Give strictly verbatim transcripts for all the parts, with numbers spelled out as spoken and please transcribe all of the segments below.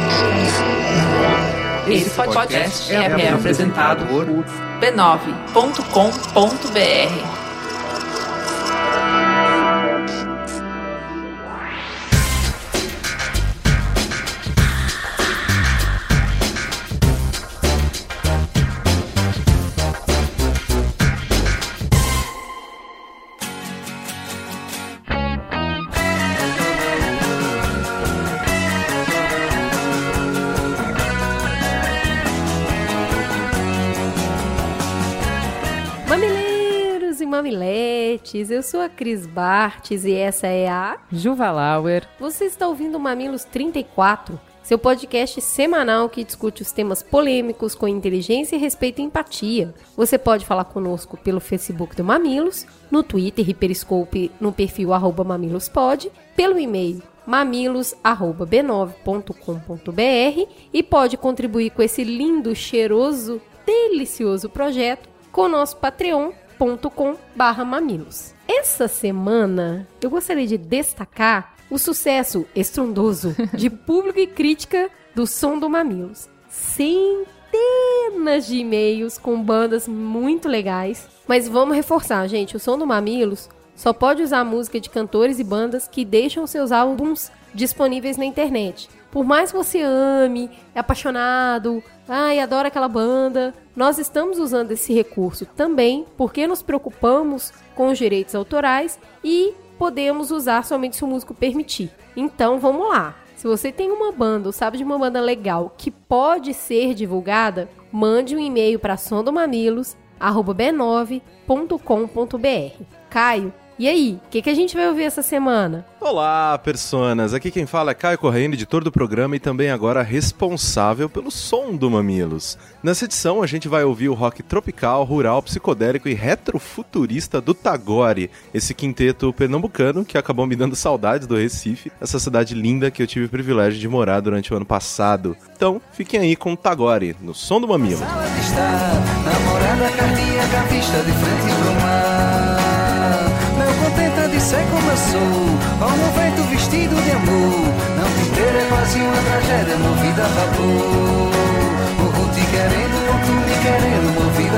Esse podcast é, é apresentado por b nove ponto com ponto b r. Mamiletes, eu sou a Cris Bartes e essa é a Juva Lauer. Você está ouvindo o Mamilos trinta e quatro, seu podcast semanal que discute os temas polêmicos com inteligência, respeito e empatia. Você pode falar conosco pelo Facebook do Mamilos, no Twitter e Periscope no perfil arroba mamilospod, pelo e-mail mamilos arroba b nove ponto com ponto b r e pode contribuir com esse lindo, cheiroso, delicioso projeto com o nosso Patreon, .com barra mamilos. Essa semana eu gostaria de destacar o sucesso estrondoso de público e crítica do Som do Mamilos. Centenas de e-mails com bandas muito legais, mas vamos reforçar, gente, o Som do Mamilos só pode usar música de cantores e bandas que deixam seus álbuns disponíveis na internet. Por mais que você ame, é apaixonado, ai, adora aquela banda, nós estamos usando esse recurso também porque nos preocupamos com os direitos autorais e podemos usar somente se o músico permitir. Então, vamos lá. Se você tem uma banda ou sabe de uma banda legal que pode ser divulgada, mande um e-mail para sondomamilos arroba b nove ponto com ponto b r. Caio, e aí, o que, que a gente vai ouvir essa semana? Olá, personas! Aqui quem fala é Caio Correia, editor do programa e também agora responsável pelo Som do Mamilos. Nessa edição a gente vai ouvir o rock tropical, rural, psicodélico e retrofuturista do Tagore, esse quinteto pernambucano que acabou me dando saudades do Recife, essa cidade linda que eu tive o privilégio de morar durante o ano passado. Então, fiquem aí com o Tagore, no Som do Mamilos. Sala de estar, namorada cardíaca, vista de frente pro mar. Contenta de ser como eu sou, como um vento vestido de amor. Não te ter é quase uma tragédia, movida a vapor. O Ruth querendo, ou tu me querendo, movida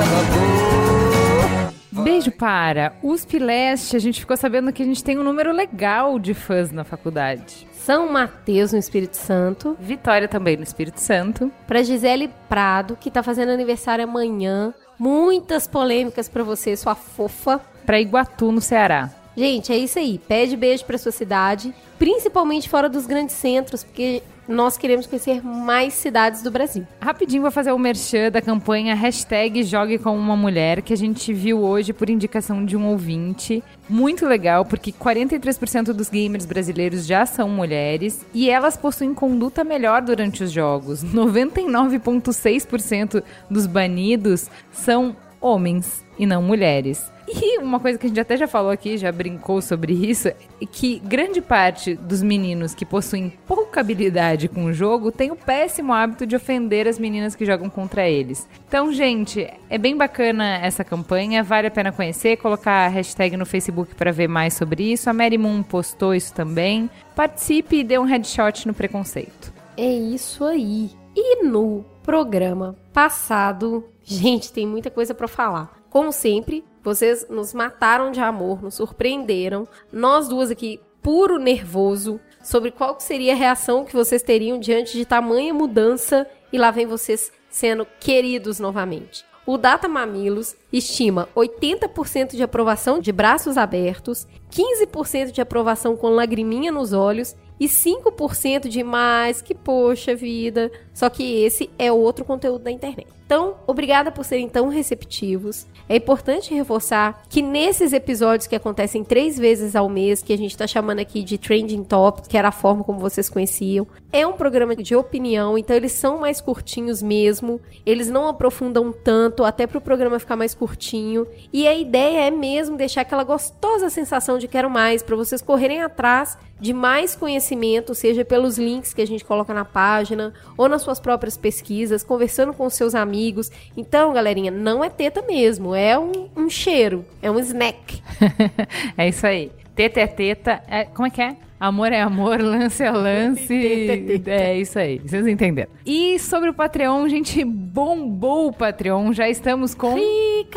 a vapor. Beijo para U S P Leste. A gente ficou sabendo que a gente tem um número legal de fãs na faculdade. São Mateus, no Espírito Santo. Vitória também no Espírito Santo. Para Gisele Prado, que tá fazendo aniversário amanhã. Muitas polêmicas para você, sua fofa. Para Iguatu, no Ceará. Gente, é isso aí. Pede beijo para sua cidade, principalmente fora dos grandes centros, porque nós queremos conhecer mais cidades do Brasil. Rapidinho vou fazer o merchan da campanha hashtag Jogue com uma Mulher, que a gente viu hoje por indicação de um ouvinte. Muito legal, porque quarenta e três por cento dos gamers brasileiros já são mulheres e elas possuem conduta melhor durante os jogos. noventa e nove vírgula seis por cento dos banidos são homens e não mulheres. E uma coisa que a gente até já falou aqui, já brincou sobre isso, é que grande parte dos meninos que possuem pouca habilidade com o jogo tem o péssimo hábito de ofender as meninas que jogam contra eles. Então, gente, é bem bacana essa campanha, vale a pena conhecer, colocar a hashtag no Facebook para ver mais sobre isso. A Mary Moon postou isso também. Participe e dê um headshot no preconceito. É isso aí. E no programa passado, gente, tem muita coisa para falar. Como sempre, vocês nos mataram de amor, nos surpreenderam. Nós duas aqui, puro nervoso, sobre qual seria a reação que vocês teriam diante de tamanha mudança. E lá vem vocês sendo queridos novamente. O Data Mamilos estima oitenta por cento de aprovação de braços abertos, quinze por cento de aprovação com lagriminha nos olhos e cinco por cento de mais que, poxa vida, só que esse é outro conteúdo da internet. Então, obrigada por serem tão receptivos. É importante reforçar que nesses episódios que acontecem três vezes ao mês, que a gente está chamando aqui de Trending Topics, que era a forma como vocês conheciam, é um programa de opinião, então eles são mais curtinhos mesmo, eles não aprofundam tanto, até para o programa ficar mais curtinho, e a ideia é mesmo deixar aquela gostosa sensação de quero mais, para vocês correrem atrás de mais conhecimento, seja pelos links que a gente coloca na página, ou nas suas próprias pesquisas, conversando com seus amigos. Então, galerinha, não é teta mesmo, é um, um cheiro, é um snack. É isso aí. Teta é teta. É, como é que é? Amor é amor, lance é lance. É isso aí, vocês entenderam. E sobre o Patreon, gente, bombou o Patreon. Já estamos com... Rica!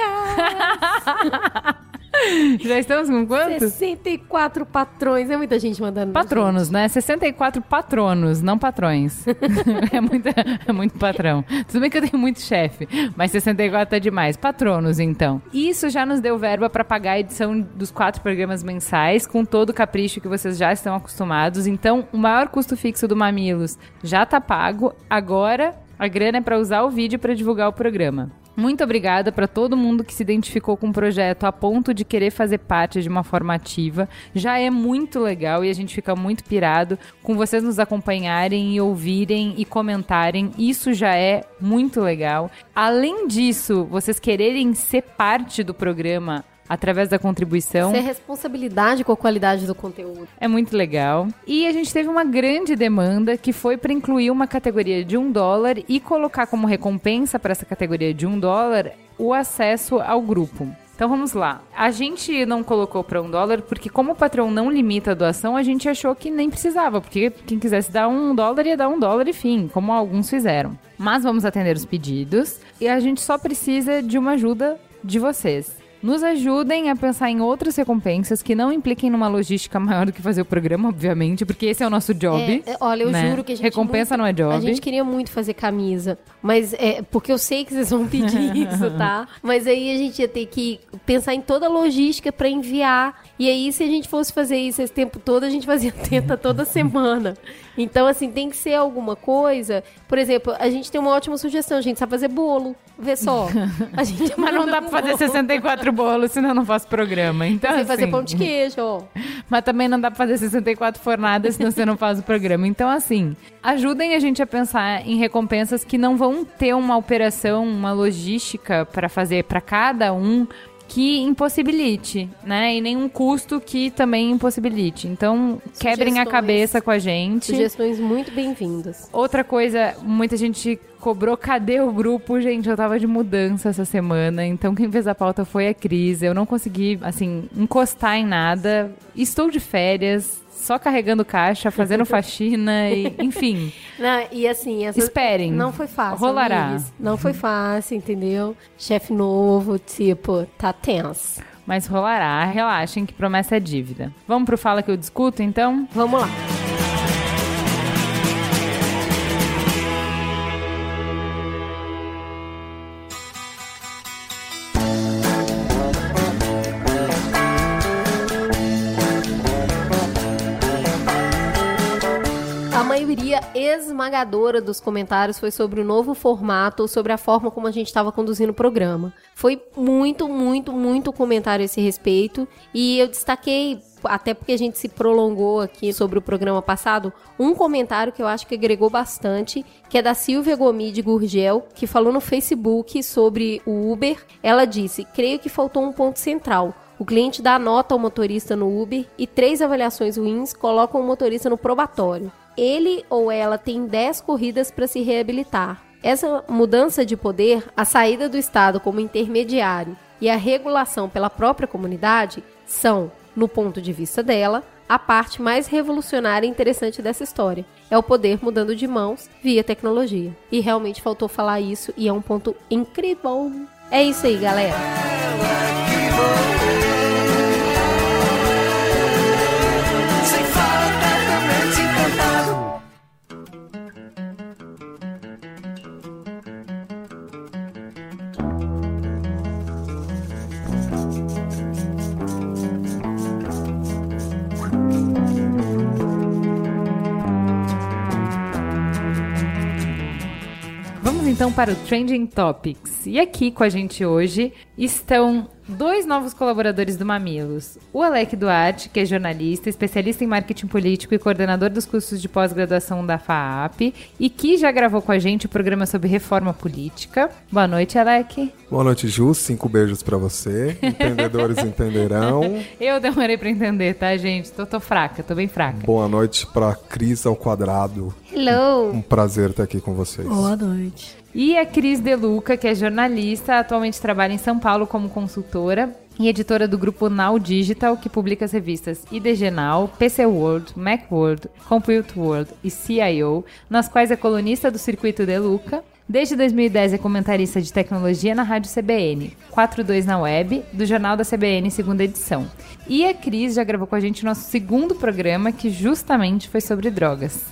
Já estamos com quanto? sessenta e quatro patrões. É muita gente mandando. Patronos, né? sessenta e quatro patronos, não patrões. é, muita, é muito patrão. Tudo bem que eu tenho muito chefe, mas sessenta e quatro tá demais. Patronos, então. Isso já nos deu verba para pagar a edição dos quatro programas mensais, com todo o capricho que vocês já estão acostumados. Então, o maior custo fixo do Mamilos já tá pago. Agora, a grana é para usar o vídeo para divulgar o programa. Muito obrigada para todo mundo que se identificou com o projeto a ponto de querer fazer parte de uma forma ativa. Já é muito legal e a gente fica muito pirado com vocês nos acompanharem e ouvirem e comentarem. Isso já é muito legal. Além disso, vocês quererem ser parte do programa através da contribuição. Isso é responsabilidade com a qualidade do conteúdo. É muito legal. E a gente teve uma grande demanda que foi para incluir uma categoria de um dólar e colocar como recompensa para essa categoria de um dólar o acesso ao grupo. Então vamos lá. A gente não colocou para um dólar porque como o Patreon não limita a doação, a gente achou que nem precisava, porque quem quisesse dar um dólar ia dar um dólar e fim, como alguns fizeram. Mas vamos atender os pedidos e a gente só precisa de uma ajuda de vocês. Nos ajudem a pensar em outras recompensas que não impliquem numa logística maior do que fazer o programa, obviamente, porque esse é o nosso job. É, olha, eu né? juro que a gente... Recompensa muito, não é job. A gente queria muito fazer camisa, mas é porque eu sei que vocês vão pedir isso, tá? Mas aí a gente ia ter que pensar em toda a logística pra enviar. E aí, se a gente fosse fazer isso esse tempo todo, a gente fazia tenta toda semana. Então, assim, tem que ser alguma coisa. Por exemplo, a gente tem uma ótima sugestão. A gente sabe fazer bolo. Vê só. A gente Mas não dá pra fazer sessenta e quatro bolos, senão eu não faço programa. Então, você assim, fazer pão de queijo, ó. Mas também não dá pra fazer sessenta e quatro fornadas, senão você não faz o programa. Então, assim, ajudem a gente a pensar em recompensas que não vão ter uma operação, uma logística pra fazer pra cada um que impossibilite, né? E nenhum custo que também impossibilite. Então, quebrem a cabeça com a gente. Sugestões muito bem-vindas. Outra coisa, muita gente cobrou, cadê o grupo? Gente, eu tava de mudança essa semana, então quem fez a pauta foi a Cris. Eu não consegui, assim, encostar em nada. Estou de férias, só carregando caixa, fazendo faxina, e, enfim. Não, e assim, essa... esperem. Não foi fácil. Rolará. Amigos. Não foi fácil, entendeu? Chefe novo, tipo, tá tenso. Mas rolará, relaxem que promessa é dívida. Vamos pro Fala Que Eu Discuto, então? Vamos lá. A maioria esmagadora dos comentários foi sobre o novo formato ou sobre a forma como a gente estava conduzindo o programa. Foi muito, muito, muito comentário a esse respeito. E eu destaquei, até porque a gente se prolongou aqui sobre o programa passado, um comentário que eu acho que agregou bastante, que é da Silvia Gomide Gurgel, que falou no Facebook sobre o Uber. Ela disse, creio que faltou um ponto central. O cliente dá nota ao motorista no Uber e três avaliações ruins colocam o motorista no probatório. Ele ou ela tem dez corridas para se reabilitar. Essa mudança de poder, a saída do Estado como intermediário e a regulação pela própria comunidade são, no ponto de vista dela, a parte mais revolucionária e interessante dessa história. É o poder mudando de mãos via tecnologia. E realmente faltou falar isso e é um ponto incrível. É isso aí, galera. Vamos então para o Trending Topics. E aqui com a gente hoje estão dois novos colaboradores do Mamilos. O Alec Duarte, que é jornalista, especialista em marketing político e coordenador dos cursos de pós-graduação da F A A P, e que já gravou com a gente o programa sobre reforma política. Boa noite, Alec. Boa noite, Ju. Cinco beijos pra você. Entendedores entenderão. Eu demorei pra entender, tá, gente? Tô, tô fraca, tô bem fraca. Boa noite pra Cris ao quadrado. Hello. Um prazer estar aqui com vocês. Boa noite. E a Cris De Luca, que é jornalista, atualmente trabalha em São Paulo como consultora. e editora do grupo Now Digital, que publica as revistas I D G Now, P C World, Macworld, Compute World e C I O, nas quais é colunista do Circuito de Luca. Desde dois mil e dez é comentarista de tecnologia na Rádio C B N, quarenta e dois na web, do Jornal da C B N, segunda edição. E a Cris já gravou com a gente o nosso segundo programa, que justamente foi sobre drogas.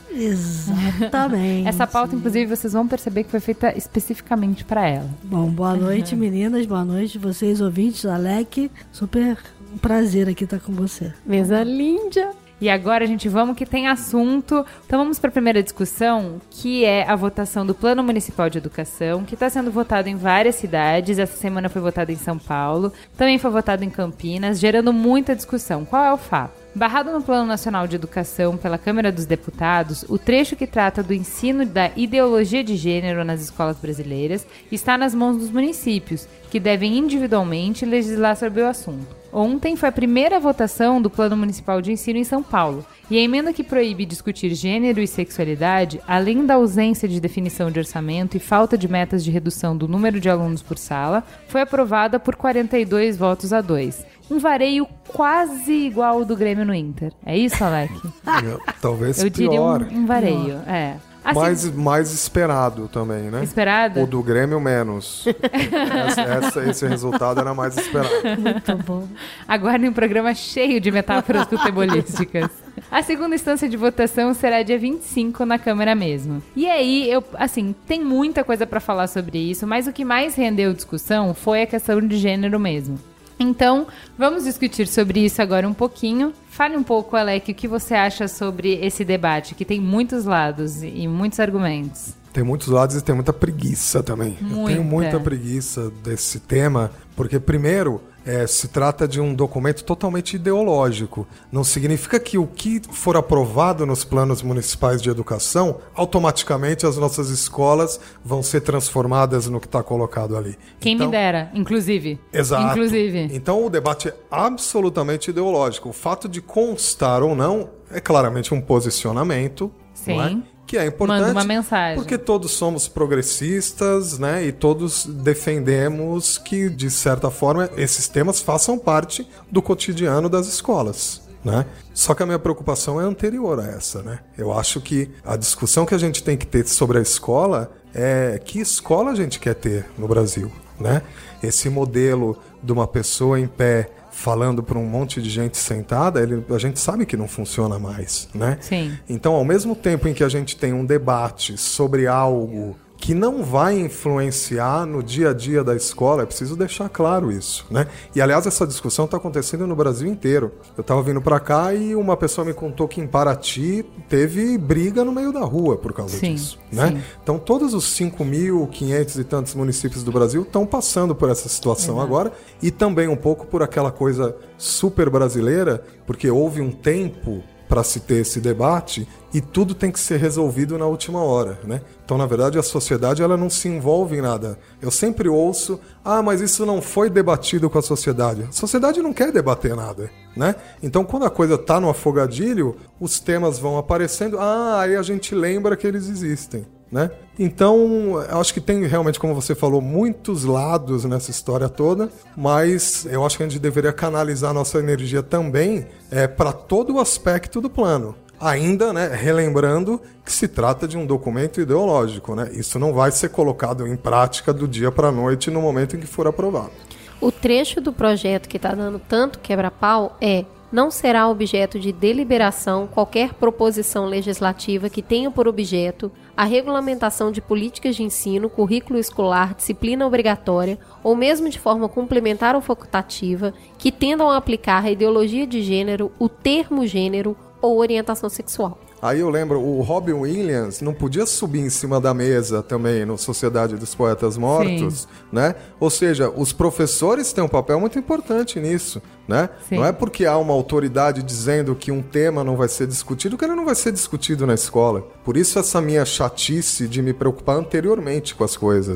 Exatamente. Essa pauta, inclusive, vocês vão perceber que foi feita especificamente para ela. Bom, boa noite, meninas, boa noite, vocês ouvintes, Alec. Super um prazer aqui estar com você. Mesa linda. E agora, gente, vamos que tem assunto. Então vamos para a primeira discussão, que é a votação do Plano Municipal de Educação, que está sendo votado em várias cidades. Essa semana foi votado em São Paulo, também foi votado em Campinas, gerando muita discussão. Qual é o fato? Barrado no Plano Nacional de Educação pela Câmara dos Deputados, o trecho que trata do ensino da ideologia de gênero nas escolas brasileiras está nas mãos dos municípios, que devem individualmente legislar sobre o assunto. Ontem foi a primeira votação do Plano Municipal de Ensino em São Paulo, e a emenda que proíbe discutir gênero e sexualidade, além da ausência de definição de orçamento e falta de metas de redução do número de alunos por sala, foi aprovada por quarenta e dois votos a dois. Um vareio quase igual ao do Grêmio no Inter. É isso, Alec? Talvez Eu diria pior. um, um vareio, é. Assim, mais, mais esperado também, né? Esperado? O do Grêmio menos. essa, essa, esse resultado era mais esperado. Muito bom. Aguardem um programa cheio de metáforas futebolísticas. A segunda instância de votação será dia vinte e cinco na Câmara mesmo. E aí, eu, assim, tem muita coisa pra falar sobre isso, mas o que mais rendeu discussão foi a questão de gênero mesmo. Então, vamos discutir sobre isso agora um pouquinho. Fale um pouco, Alec, o que você acha sobre esse debate, que tem muitos lados e muitos argumentos. Tem muitos lados e tem muita preguiça também. Muita. Eu tenho muita preguiça desse tema, porque, primeiro, é, se trata de um documento totalmente ideológico. Não significa que o que for aprovado nos planos municipais de educação, automaticamente as nossas escolas vão ser transformadas no que está colocado ali. Quem então, me dera, inclusive. Exato. Inclusive. Então o debate é absolutamente ideológico. O fato de constar ou não é claramente um posicionamento. Sim. Não é? Que é importante. Manda uma mensagem. Porque todos somos progressistas, né? E todos defendemos que, de certa forma, esses temas façam parte do cotidiano das escolas. Né? Só que a minha preocupação é anterior a essa, né? Eu acho que a discussão que a gente tem que ter sobre a escola é que escola a gente quer ter no Brasil, né? Esse modelo de uma pessoa em pé falando para um monte de gente sentada, ele, a gente sabe que não funciona mais, né? Sim. Então, ao mesmo tempo em que a gente tem um debate sobre algo que não vai influenciar no dia a dia da escola, é preciso deixar claro isso, né? E, aliás, essa discussão está acontecendo no Brasil inteiro. Eu estava vindo para cá e uma pessoa me contou que em Paraty teve briga no meio da rua por causa sim, disso, né? Sim. Então, todos os cinco mil e quinhentos e tantos municípios do Brasil estão passando por essa situação uhum. agora, e também um pouco por aquela coisa super brasileira, porque houve um tempo para se ter esse debate e tudo tem que ser resolvido na última hora, né? Então, na verdade, a sociedade ela não se envolve em nada. Eu sempre ouço, ah, mas isso não foi debatido com a sociedade. A sociedade não quer debater nada, né? Então, quando a coisa está no afogadilho, os temas vão aparecendo, ah, aí a gente lembra que eles existem, né? Então, eu acho que tem realmente, como você falou, muitos lados nessa história toda, mas eu acho que a gente deveria canalizar a nossa energia também é, para todo o aspecto do plano. Ainda, né, relembrando que se trata de um documento ideológico, né? Isso não vai ser colocado em prática do dia para a noite no momento em que for aprovado. O trecho do projeto que está dando tanto quebra-pau é: não será objeto de deliberação qualquer proposição legislativa que tenha por objeto a regulamentação de políticas de ensino, currículo escolar, disciplina obrigatória ou mesmo de forma complementar ou facultativa que tendam a aplicar a ideologia de gênero, o termo gênero ou orientação sexual. Aí eu lembro, o Robin Williams não podia subir em cima da mesa também no Sociedade dos Poetas Mortos, sim, né? Ou seja, os professores têm um papel muito importante nisso, né? Sim. Não é porque há uma autoridade dizendo que um tema não vai ser discutido que ele não vai ser discutido na escola. Por isso essa minha chatice de me preocupar anteriormente com as coisas, né?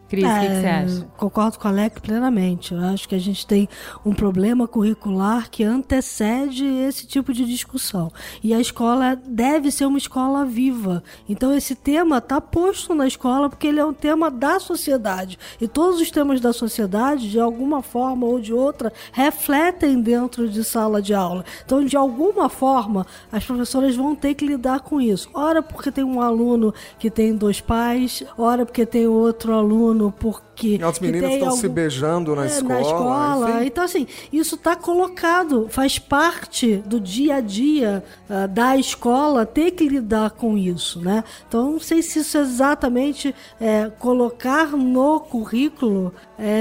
Cris, o É, que, que você acha? Concordo com a Alec plenamente. Eu acho que a gente tem um problema curricular que antecede esse tipo de discussão. E a escola deve ser uma escola viva. Então esse tema está posto na escola porque ele é um tema da sociedade. E todos os temas da sociedade, de alguma forma ou de outra, refletem dentro de sala de aula. Então, de alguma forma, as professoras vão ter que lidar com isso. Ora porque tem um aluno que tem dois pais, ora porque tem outro aluno porque... As meninas estão algum... se beijando na é, escola. Na escola. Enfim. Então, assim, isso está colocado, faz parte do dia a dia uh, da escola ter que lidar com isso, né? Então, não sei se isso é exatamente é, colocar no currículo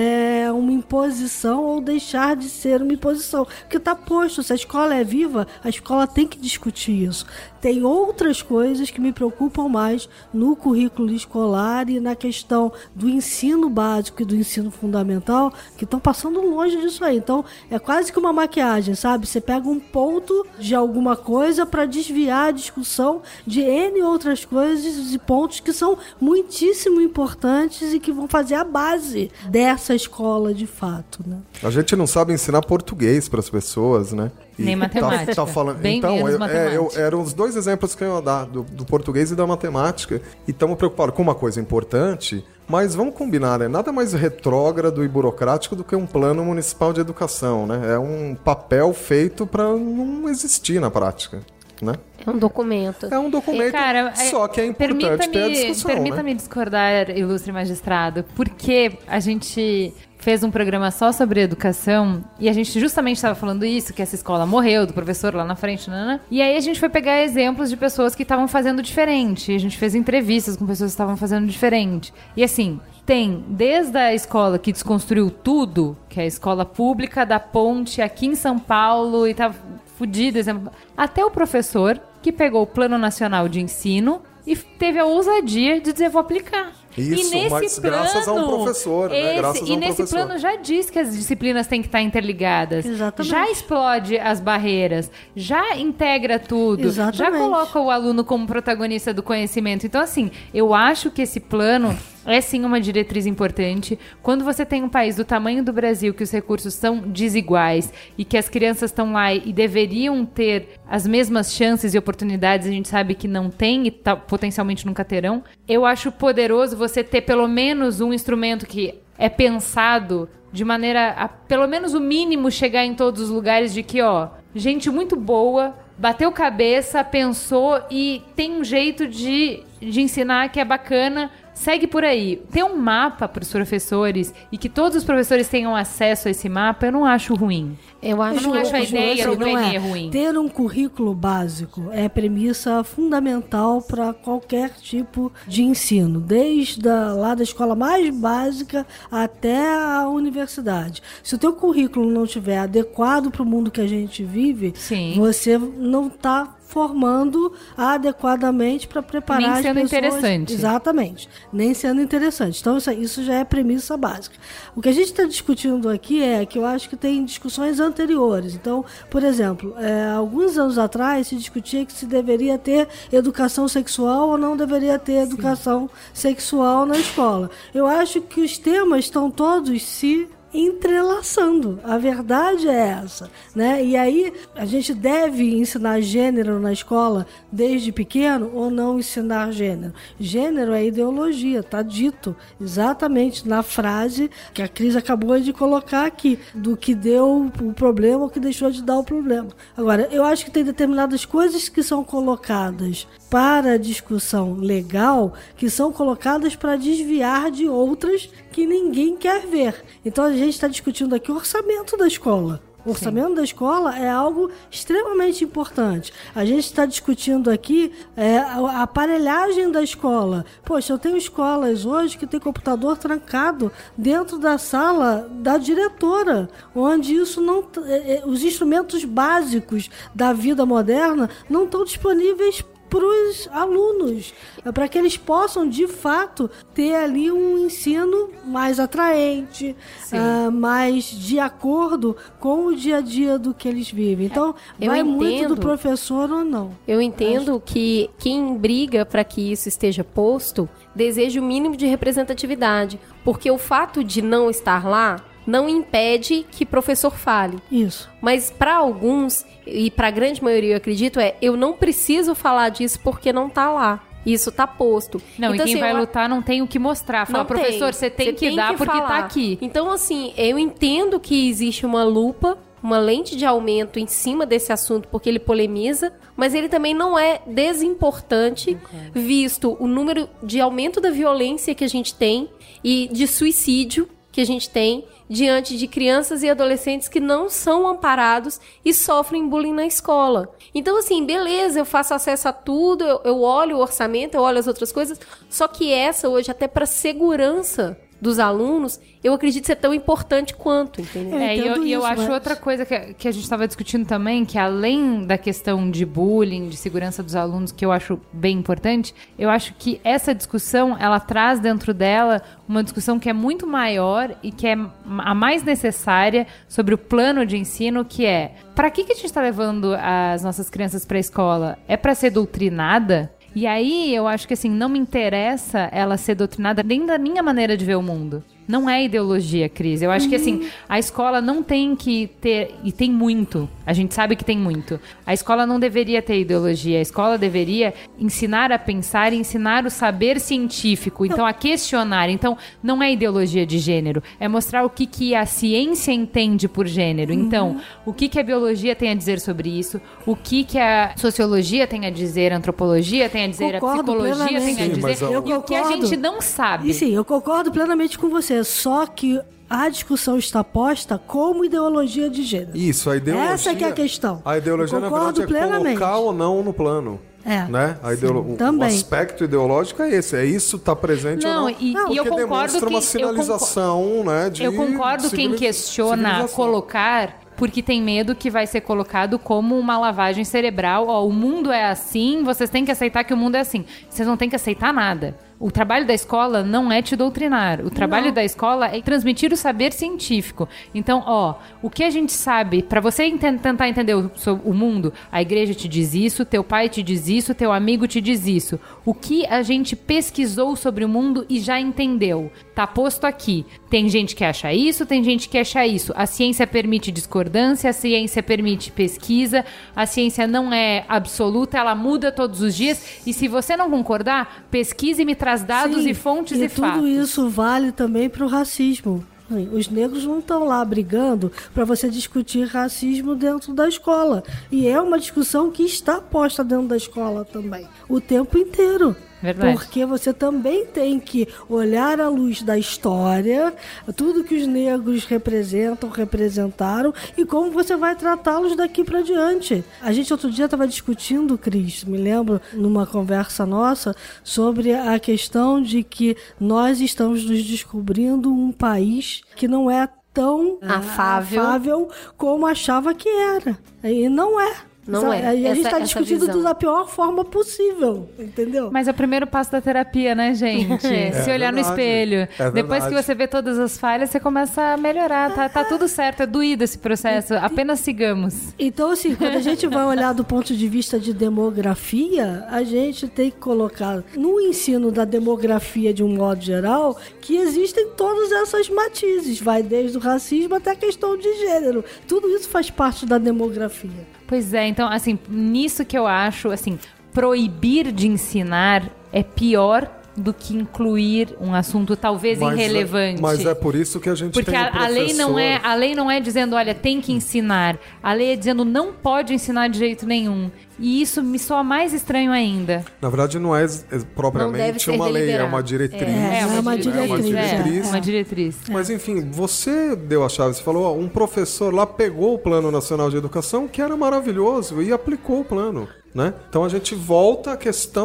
é uma imposição ou deixar de ser uma imposição. Porque está posto, se a escola é viva, a escola tem que discutir isso. Tem outras coisas que me preocupam mais no currículo escolar e na questão do ensino básico e do ensino fundamental, que estão passando longe disso aí. Então, é quase que uma maquiagem, sabe? Você pega um ponto de alguma coisa para desviar a discussão de N outras coisas e pontos que são muitíssimo importantes e que vão fazer a base dessa escola de fato, né? A gente não sabe ensinar português para as pessoas, né? E nem matemática. Tá, tá falando... Bem então, menos eu, matemática. É, eu, eram os dois exemplos que eu ia dar, do, do português e da matemática. E estamos preocupados com uma coisa importante, mas vamos combinar, né? Nada mais retrógrado e burocrático do que um plano municipal de educação, né? É um papel feito para não existir na prática, né? É um documento. É um documento, E, cara, só que é importante ter a discussão, Permita-me né? discordar, ilustre magistrado, porque a gente fez um programa só sobre educação e a gente justamente estava falando isso, que essa escola morreu, do professor lá na frente, né? E aí a gente foi pegar exemplos de pessoas que estavam fazendo diferente. A gente fez entrevistas com pessoas que estavam fazendo diferente. E assim, tem desde a escola que desconstruiu tudo, que é a escola pública da Ponte aqui em São Paulo e tá fudido, exemplo, até o professor que pegou o Plano Nacional de Ensino e teve a ousadia de dizer, vou aplicar. Isso, e nesse mas plano, graças a um professor, esse, né? Graças a um E nesse professor. plano já diz que as disciplinas têm que estar interligadas. Exatamente. Já explode as barreiras, já integra tudo, Exatamente. já coloca o aluno como protagonista do conhecimento. Então, assim, eu acho que esse plano é sim uma diretriz importante. Quando você tem um país do tamanho do Brasil, que os recursos são desiguais e que as crianças estão lá e deveriam ter as mesmas chances e oportunidades, a gente sabe que não tem e tá, potencialmente nunca terão, eu acho poderoso você ter pelo menos um instrumento que é pensado de maneira a, pelo menos o mínimo, chegar em todos os lugares de que, ó, gente muito boa, bateu cabeça, pensou e tem um jeito de, de ensinar que é bacana, segue por aí. Ter um mapa para os professores e que todos os professores tenham acesso a esse mapa, eu não acho ruim. Eu acho, não acho a eu ideia acho- do P N E ruim. Ter um currículo básico é premissa fundamental para qualquer tipo de ensino, desde a, lá da escola mais básica até a universidade. Se o teu currículo não estiver adequado para o mundo que a gente vive, Sim. você não está formando adequadamente para preparar Nem as sendo pessoas. interessante. Exatamente. Nem sendo interessante. Então, isso, isso já é premissa básica. O que a gente está discutindo aqui é que eu acho que tem discussões anteriores. Então, por exemplo, é, alguns anos atrás se discutia que se deveria ter educação sexual ou não deveria ter educação sexual na escola. Eu acho que os temas estão todos se entrelaçando. A verdade é essa, né? E aí a gente deve ensinar gênero na escola desde pequeno ou não ensinar gênero? Gênero é ideologia, tá dito exatamente na frase que a Cris acabou de colocar aqui, do que deu o problema ou que deixou de dar o problema. Agora, eu acho que tem determinadas coisas que são colocadas para discussão legal, que são colocadas para desviar de outras que ninguém quer ver. Então a gente está discutindo aqui o orçamento da escola. O orçamento Sim. da escola é algo extremamente importante. A gente está discutindo aqui é, a aparelhagem da escola. Poxa, eu tenho escolas hoje que tem computador trancado dentro da sala da diretora, onde isso não, é, os instrumentos básicos da vida moderna não estão disponíveis para os alunos, para que eles possam, de fato, ter ali um ensino mais atraente, uh, mais de acordo com o dia a dia do que eles vivem. Então, Eu vai entendo. muito do professor ou não. Eu entendo que quem briga para que isso esteja posto deseja o mínimo de representatividade, porque o fato de não estar lá não impede que professor fale. Isso. Mas para alguns, e para a grande maioria eu acredito, é eu não preciso falar disso porque não tá lá. Isso tá posto. Não, então, e quem assim, vai eu... lutar não tem o que mostrar. Fala, Não professor, tem. você tem que dar porque falar. tá aqui. Então, assim, eu entendo que existe uma lupa, uma lente de aumento em cima desse assunto, porque ele polemiza, mas ele também não é desimportante, visto o número de aumento da violência que a gente tem e de suicídio que a gente tem diante de crianças e adolescentes que não são amparados e sofrem bullying na escola. Então, assim, beleza, eu faço acesso a tudo, eu, eu olho o orçamento, eu olho as outras coisas, só que essa hoje, até para segurança dos alunos, eu acredito ser tão importante quanto, entendeu? É, e eu, e eu isso, acho mas... outra coisa que, que a gente estava discutindo também, que além da questão de bullying, de segurança dos alunos, que eu acho bem importante, eu acho que essa discussão, ela traz dentro dela uma discussão que é muito maior e que é a mais necessária sobre o plano de ensino, que é, para que, que a gente está levando as nossas crianças para a escola? É para ser doutrinada? E aí, eu acho que, assim, não me interessa ela ser doutrinada nem da minha maneira de ver o mundo. Não é ideologia, Cris. Eu acho uhum. que, assim, a escola não tem que ter... E tem muito. A gente sabe que tem muito. A escola não deveria ter ideologia. A escola deveria ensinar a pensar e ensinar o saber científico. Então, a questionar. Então, não é ideologia de gênero. É mostrar o que, que a ciência entende por gênero. Uhum. Então, o que, que a biologia tem a dizer sobre isso. O que, que a sociologia tem a dizer. A antropologia tem a dizer. Concordo a psicologia plenamente. tem a dizer. Sim, mas e eu o que a gente não sabe. E sim, eu concordo plenamente com você. Só que a discussão está posta como ideologia de gênero. Isso, a ideologia... Essa que é a questão. A ideologia, na verdade, é plenamente. colocar ou não no plano. É. Né? A ideolo... Sim, o, também. o aspecto ideológico é esse. É isso tá presente não, ou não. E, não, e eu porque concordo demonstra que... uma sinalização, eu concordo, né, de eu concordo quem civiliz... questiona colocar... Porque tem medo que vai ser colocado como uma lavagem cerebral. Ó, o mundo é assim, vocês têm que aceitar que o mundo é assim. Vocês não têm que aceitar nada. O trabalho da escola não é te doutrinar. O trabalho não. da escola é transmitir o saber científico. Então, ó, o que a gente sabe, para você ent- tentar entender o, o mundo, a igreja te diz isso, teu pai te diz isso, teu amigo te diz isso. O que a gente pesquisou sobre o mundo e já entendeu, tá posto aqui. Tem gente que acha isso, tem gente que acha isso. A ciência permite discordância, a ciência permite pesquisa, a ciência não é absoluta, ela muda todos os dias. E se você não concordar, pesquise e me traz dados Sim, e fontes e, e fatos. Tudo isso vale também para o racismo. Os negros não estão lá brigando para você discutir racismo dentro da escola. E é uma discussão que está posta dentro da escola também, o tempo inteiro. Verdade. Porque você também tem que olhar à luz da história, tudo que os negros representam, representaram, e como você vai tratá-los daqui para diante. A gente outro dia estava discutindo, Cris, me lembro, numa conversa nossa, sobre a questão de que nós estamos nos descobrindo um país que não é tão afável, afável como achava que era. E não é. Não é. A gente está essa discutindo visão. da pior forma possível, entendeu? Mas é o primeiro passo da terapia, né, gente? É. Se olhar É no verdade. espelho. É Depois que verdade. você vê todas as falhas, você começa a melhorar. Tá, tá tudo certo, é doído esse processo. Apenas sigamos. Então, assim, quando a gente vai olhar do ponto de vista de demografia, a gente tem que colocar no ensino da demografia de um modo geral que existem todas essas matizes. Vai desde o racismo até a questão de gênero. Tudo isso faz parte da demografia. Pois é, então, assim, nisso que eu acho, assim, proibir de ensinar é pior do que incluir um assunto talvez Mas é- irrelevante. Mas é por isso que a gente Porque tem um a, a lei não é, professor- a lei não é dizendo, olha, tem que ensinar. A lei é dizendo não pode ensinar de jeito nenhum. E isso me soa mais estranho ainda. Na verdade, não é, é Não deve propriamente ser uma lei, é deliberado. uma diretriz. É, é uma né? É uma diretriz, É, diretriz. uma diretriz. Mas enfim, você deu a chave, você falou, ó, um professor lá pegou o Plano Nacional de Educação, que era maravilhoso, e aplicou o plano, né? Então a gente volta à questão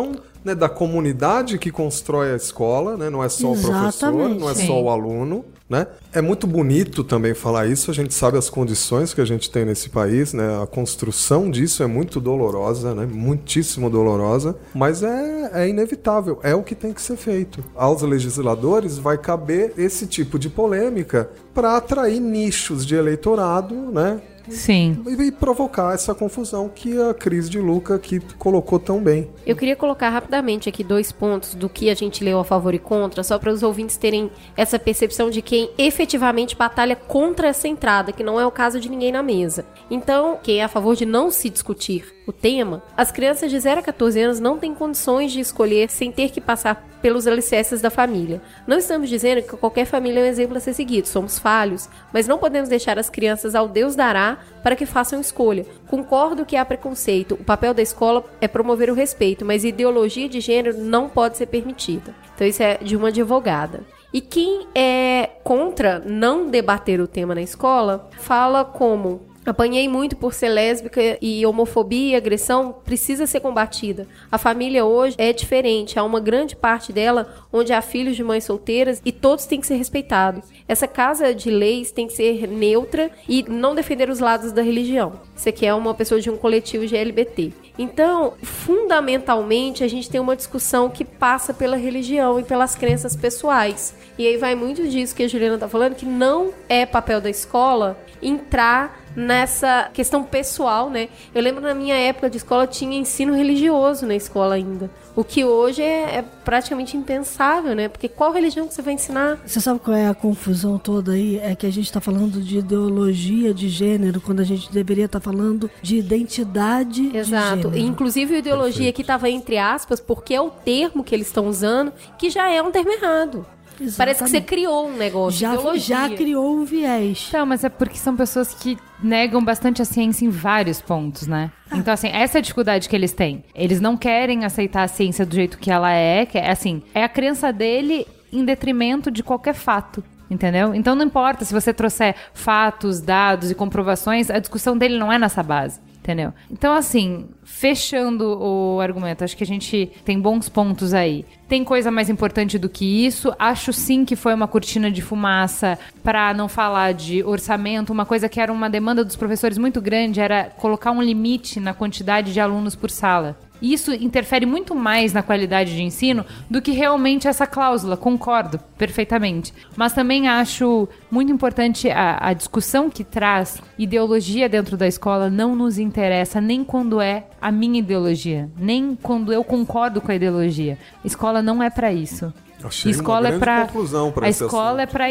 né, da comunidade que constrói a escola, né? Não é só Exatamente. o professor, não é Sim. só o aluno, né? É muito bonito também falar isso, a gente sabe as condições que a gente tem nesse país, né? A construção disso é muito dolorosa, né? Muitíssimo dolorosa, mas é, é inevitável, é o que tem que ser feito. Aos legisladores vai caber esse tipo de polêmica para atrair nichos de eleitorado, né? Sim. E provocar essa confusão que a Cris de Luca aqui colocou tão bem. Eu queria colocar rapidamente aqui dois pontos do que a gente leu a favor e contra, só para os ouvintes terem essa percepção de quem efetivamente batalha contra essa entrada, que não é o caso de ninguém na mesa. Então, quem é a favor de não se discutir o tema, as crianças de zero a catorze anos não têm condições de escolher sem ter que passar pelos alicerces da família. Não estamos dizendo que qualquer família é um exemplo a ser seguido, somos falhos, mas não podemos deixar as crianças ao Deus dará para que façam escolha. Concordo que há preconceito, o papel da escola é promover o respeito, mas ideologia de gênero não pode ser permitida. Então isso é de uma advogada. E quem é contra não debater o tema na escola, fala como: apanhei muito por ser lésbica e homofobia e agressão precisa ser combatida. A família hoje é diferente, há uma grande parte dela onde há filhos de mães solteiras e todos têm que ser respeitados. Essa casa de leis tem que ser neutra e não defender os lados da religião. Você que é uma pessoa de um coletivo G L B T. Então, fundamentalmente, a gente tem uma discussão que passa pela religião e pelas crenças pessoais. E aí vai muito disso que a Juliana está falando, que não é papel da escola entrar nessa questão pessoal, né? Eu lembro na minha época de escola tinha ensino religioso na escola ainda. O que hoje é, é praticamente impensável, né? Porque qual religião que você vai ensinar? Você sabe qual é a confusão toda aí? É que a gente está falando de ideologia de gênero, quando a gente deveria estar falando de identidade Exato. de gênero. Inclusive a ideologia Perfeito. que estava entre aspas, porque é o termo que eles estão usando, que já é um termo errado. Exatamente. Parece que você criou um negócio. já, ideologia. já criou um viés. Então, mas é porque são pessoas que negam bastante a ciência em vários pontos, né? Então, assim, essa é a dificuldade que eles têm. Eles não querem aceitar a ciência do jeito que ela é, que é assim, é a crença dele em detrimento de qualquer fato. Entendeu? Então não importa se você trouxer fatos, dados e comprovações, a discussão dele não é nessa base. Entendeu? Então, assim, fechando o argumento, acho que a gente tem bons pontos aí. Tem coisa mais importante do que isso. Acho sim que foi uma cortina de fumaça para não falar de orçamento. Uma coisa que era uma demanda dos professores muito grande era colocar um limite na quantidade de alunos por sala. Isso interfere muito mais na qualidade de ensino do que realmente essa cláusula, concordo perfeitamente. Mas também acho muito importante a, a discussão que traz ideologia dentro da escola não nos interessa nem quando é a minha ideologia, nem quando eu concordo com a ideologia. Escola não é para isso. Achei escola uma é grande pra, conclusão para a esse escola assunto. é para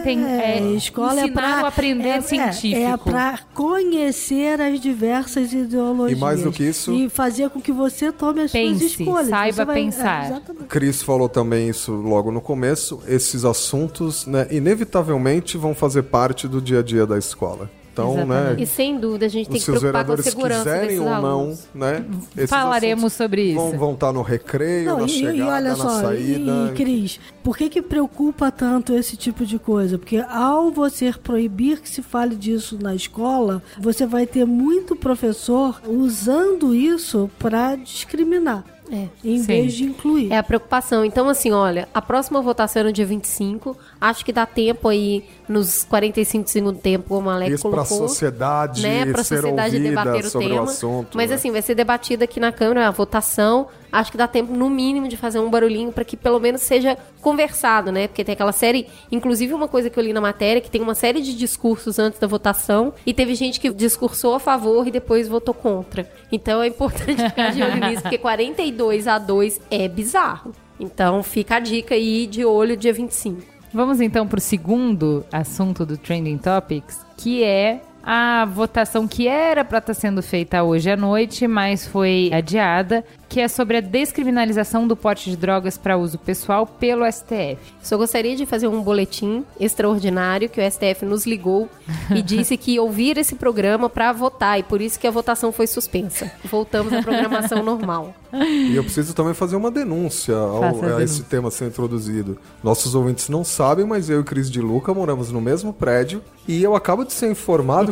É, escola é ensinar pra, o aprender é, científico. É, é para conhecer as diversas ideologias. E mais do que isso- E fazer com que você tome as Pense, suas escolhas. saiba Você vai- pensar. É, exatamente. Cris falou também isso logo no começo. Esses assuntos, né, inevitavelmente vão fazer parte do dia a dia da escola. Então, Exatamente. né, E sem dúvida a gente tem os que seus preocupar com a vereadores segurança quiserem desses ou não, alunos. né? esses Falaremos assuntos sobre isso. Vão, vão estar no recreio, Não, na e, chegada, e olha na só, saída. e, e Cris, por que que preocupa tanto esse tipo de coisa? Porque ao você proibir que se fale disso na escola, você vai ter muito professor usando isso para discriminar, É. em Sim. vez de incluir. É a preocupação. Então, assim, olha, a próxima votação é no dia vinte e cinco. Acho que dá tempo aí, nos quarenta e cinco do segundo tempo, como a Alex Isso para a colocou. sociedade né, para a ser sociedade ouvida debater o sobre tema. o assunto. Mas né? assim, vai ser debatida aqui na Câmara a votação. Acho que dá tempo, no mínimo, de fazer um barulhinho para que pelo menos seja conversado, né? Porque tem aquela série, inclusive uma coisa que eu li na matéria, que tem uma série de discursos antes da votação e teve gente que discursou a favor e depois votou contra. Então é importante ficar de olho nisso, porque quarenta e dois a dois é bizarro. Então fica a dica aí de olho dia vinte e cinco. Vamos então para o segundo assunto do Trending Topics, que é a votação que era para estar sendo feita hoje à noite, mas foi adiada, que é sobre a descriminalização do porte de drogas para uso pessoal pelo S T F. Só gostaria de fazer um boletim extraordinário que o S T F nos ligou e disse que ia ouvir esse programa para votar e por isso que a votação foi suspensa. Voltamos à programação normal. E eu preciso também fazer uma denúncia ao, Faça a a denúncia. esse tema ser introduzido. Nossos ouvintes não sabem, mas eu e Cris de Luca moramos no mesmo prédio e eu acabo de ser informado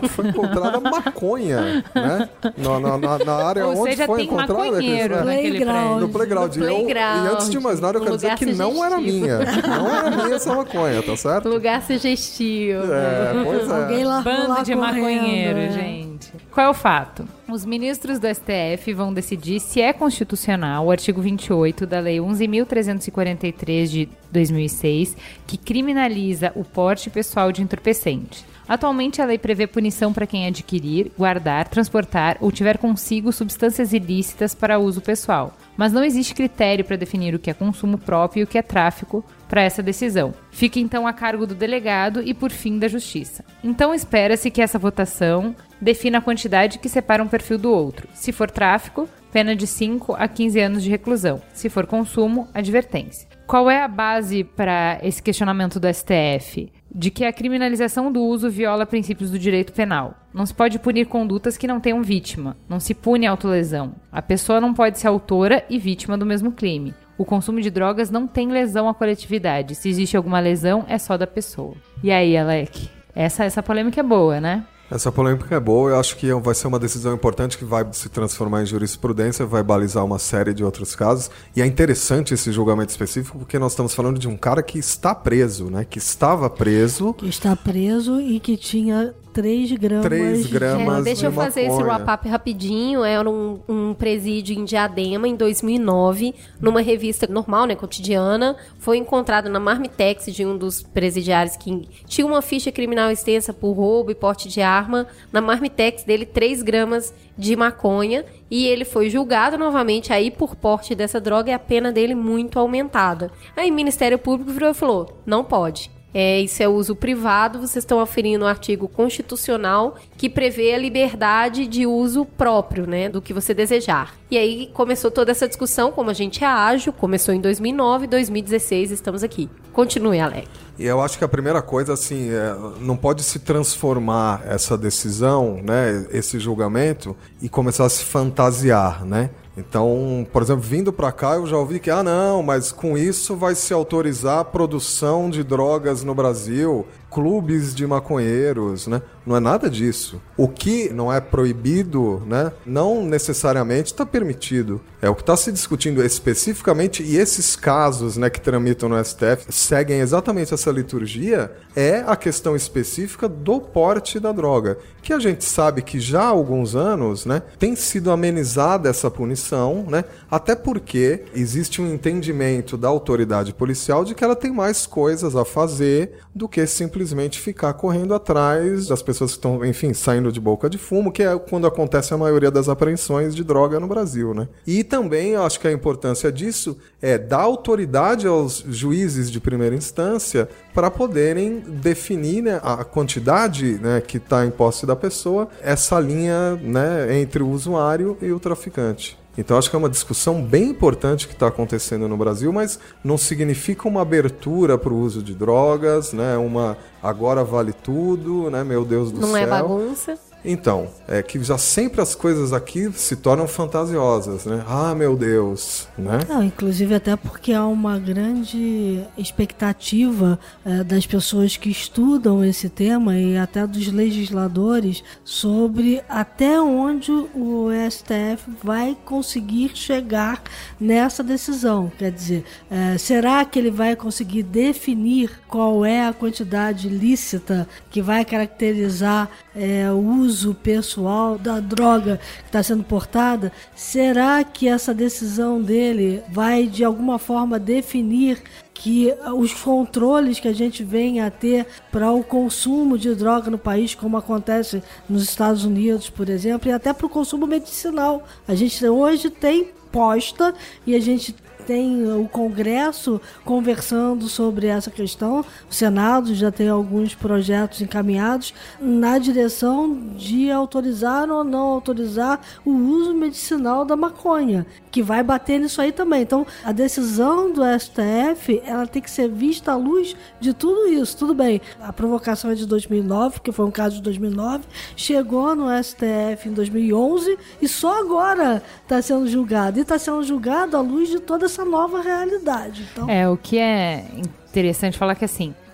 que foi encontrada maconha, né? Na, na, na, na área Ou onde seja, foi tem encontrada. maconheiro Né? naquele Playground. prédio. No playground. No E eu- playground. E antes de mais nada, eu Um quero dizer lugar que não era sugestivo. minha. Não era minha essa maconha, tá certo? Lugar sugestivo. É, pois é. Alguém lá Bando lá de correndo, maconheiro, é. gente. Qual é o fato? Os ministros do S T F vão decidir se é constitucional o artigo vinte e oito da Lei onze mil trezentos e quarenta e três de dois mil e seis, que criminaliza o porte pessoal de entorpecente. Atualmente, a lei prevê punição para quem adquirir, guardar, transportar ou tiver consigo substâncias ilícitas para uso pessoal. Mas não existe critério para definir o que é consumo próprio e o que é tráfico para essa decisão. Fica então a cargo do delegado e, por fim, da Justiça. Então, espera-se que essa votação defina a quantidade que separa um perfil do outro. Se for tráfico, pena de cinco a quinze anos de reclusão. Se for consumo, advertência. Qual é a base para esse questionamento do S T F? De que a criminalização do uso viola princípios do direito penal. Não se pode punir condutas que não tenham vítima. Não se pune a autolesão. A pessoa não pode ser autora e vítima do mesmo crime. O consumo de drogas não tem lesão à coletividade. Se existe alguma lesão, é só da pessoa. E aí, Alec? Essa, essa polêmica é boa, né? Essa polêmica é boa, eu acho que vai ser uma decisão importante que vai se transformar em jurisprudência, vai balizar uma série de outros casos. E é interessante esse julgamento específico porque nós estamos falando de um cara que está preso, né? Que estava preso. Que está preso e que tinha três gramas. três de- gramas. É, deixa eu de fazer esse maconha. wrap-up rapidinho. Era um, um presídio em Diadema, em dois mil e nove, numa revista normal, né, cotidiana. Foi encontrado na marmitex de um dos presidiários que tinha uma ficha criminal extensa por roubo e porte de arma. Na marmitex dele, três gramas de maconha. E ele foi julgado novamente aí por porte dessa droga e a pena dele muito aumentada. Aí o Ministério Público virou e falou, não pode. É, isso é uso privado, vocês estão aferindo o artigo constitucional que prevê a liberdade de uso próprio, né, do que você desejar. E aí começou toda essa discussão, como a gente é ágil, começou em dois mil e nove, dois mil e dezesseis, estamos aqui. Continue, Alec. E eu acho que a primeira coisa, assim, é, não pode se transformar essa decisão, né, esse julgamento, e começar a se fantasiar, né? Então, por exemplo, vindo para cá eu já ouvi que, ah não, mas com isso vai se autorizar a produção de drogas no Brasil, clubes de maconheiros, né? Não é nada disso. O que não é proibido, né, não necessariamente está permitido. É o que está se discutindo especificamente, e esses casos, né, que tramitam no S T F seguem exatamente essa liturgia, é a questão específica do porte da droga, que a gente sabe que já há alguns anos, né, tem sido amenizada essa punição, né, até porque existe um entendimento da autoridade policial de que ela tem mais coisas a fazer do que simplesmente ficar correndo atrás das pessoas que estão, enfim, saindo de boca de fumo, que é quando acontece a maioria das apreensões de droga no Brasil, né. E também eu acho que a importância disso é dar autoridade aos juízes de primeira instância para poderem definir, né, a quantidade, né, que está em posse da pessoa, essa linha, né, entre o usuário e o traficante. Então acho que é uma discussão bem importante que está acontecendo no Brasil, mas não significa uma abertura para o uso de drogas, né, uma agora vale tudo, né, meu Deus do Não céu. é bagunça. Então, é que já sempre as coisas aqui se tornam fantasiosas, né? Ah, meu Deus, né? Não, inclusive até porque há uma grande expectativa eh, das pessoas que estudam esse tema e até dos legisladores sobre até onde o S T F vai conseguir chegar nessa decisão. Quer dizer, eh, será que ele vai conseguir definir qual é a quantidade lícita que vai caracterizar eh, o uso uso pessoal da droga que está sendo portada? Será que essa decisão dele vai de alguma forma definir que os controles que a gente vem a ter para o consumo de droga no país, como acontece nos Estados Unidos, por exemplo, e até para o consumo medicinal? A gente hoje tem posta e a gente tem o Congresso conversando sobre essa questão. O Senado já tem alguns projetos encaminhados na direção de autorizar ou não autorizar o uso medicinal da maconha, que vai bater nisso aí também. Então, a decisão do S T F, ela tem que ser vista à luz de tudo isso. Tudo bem, a provocação é de dois mil e nove, que foi um caso de dois mil e nove, chegou no S T F em dois mil e onze e só agora está sendo julgado. E está sendo julgado à luz de toda essa nova realidade. Então... É, o que é interessante falar que, assim,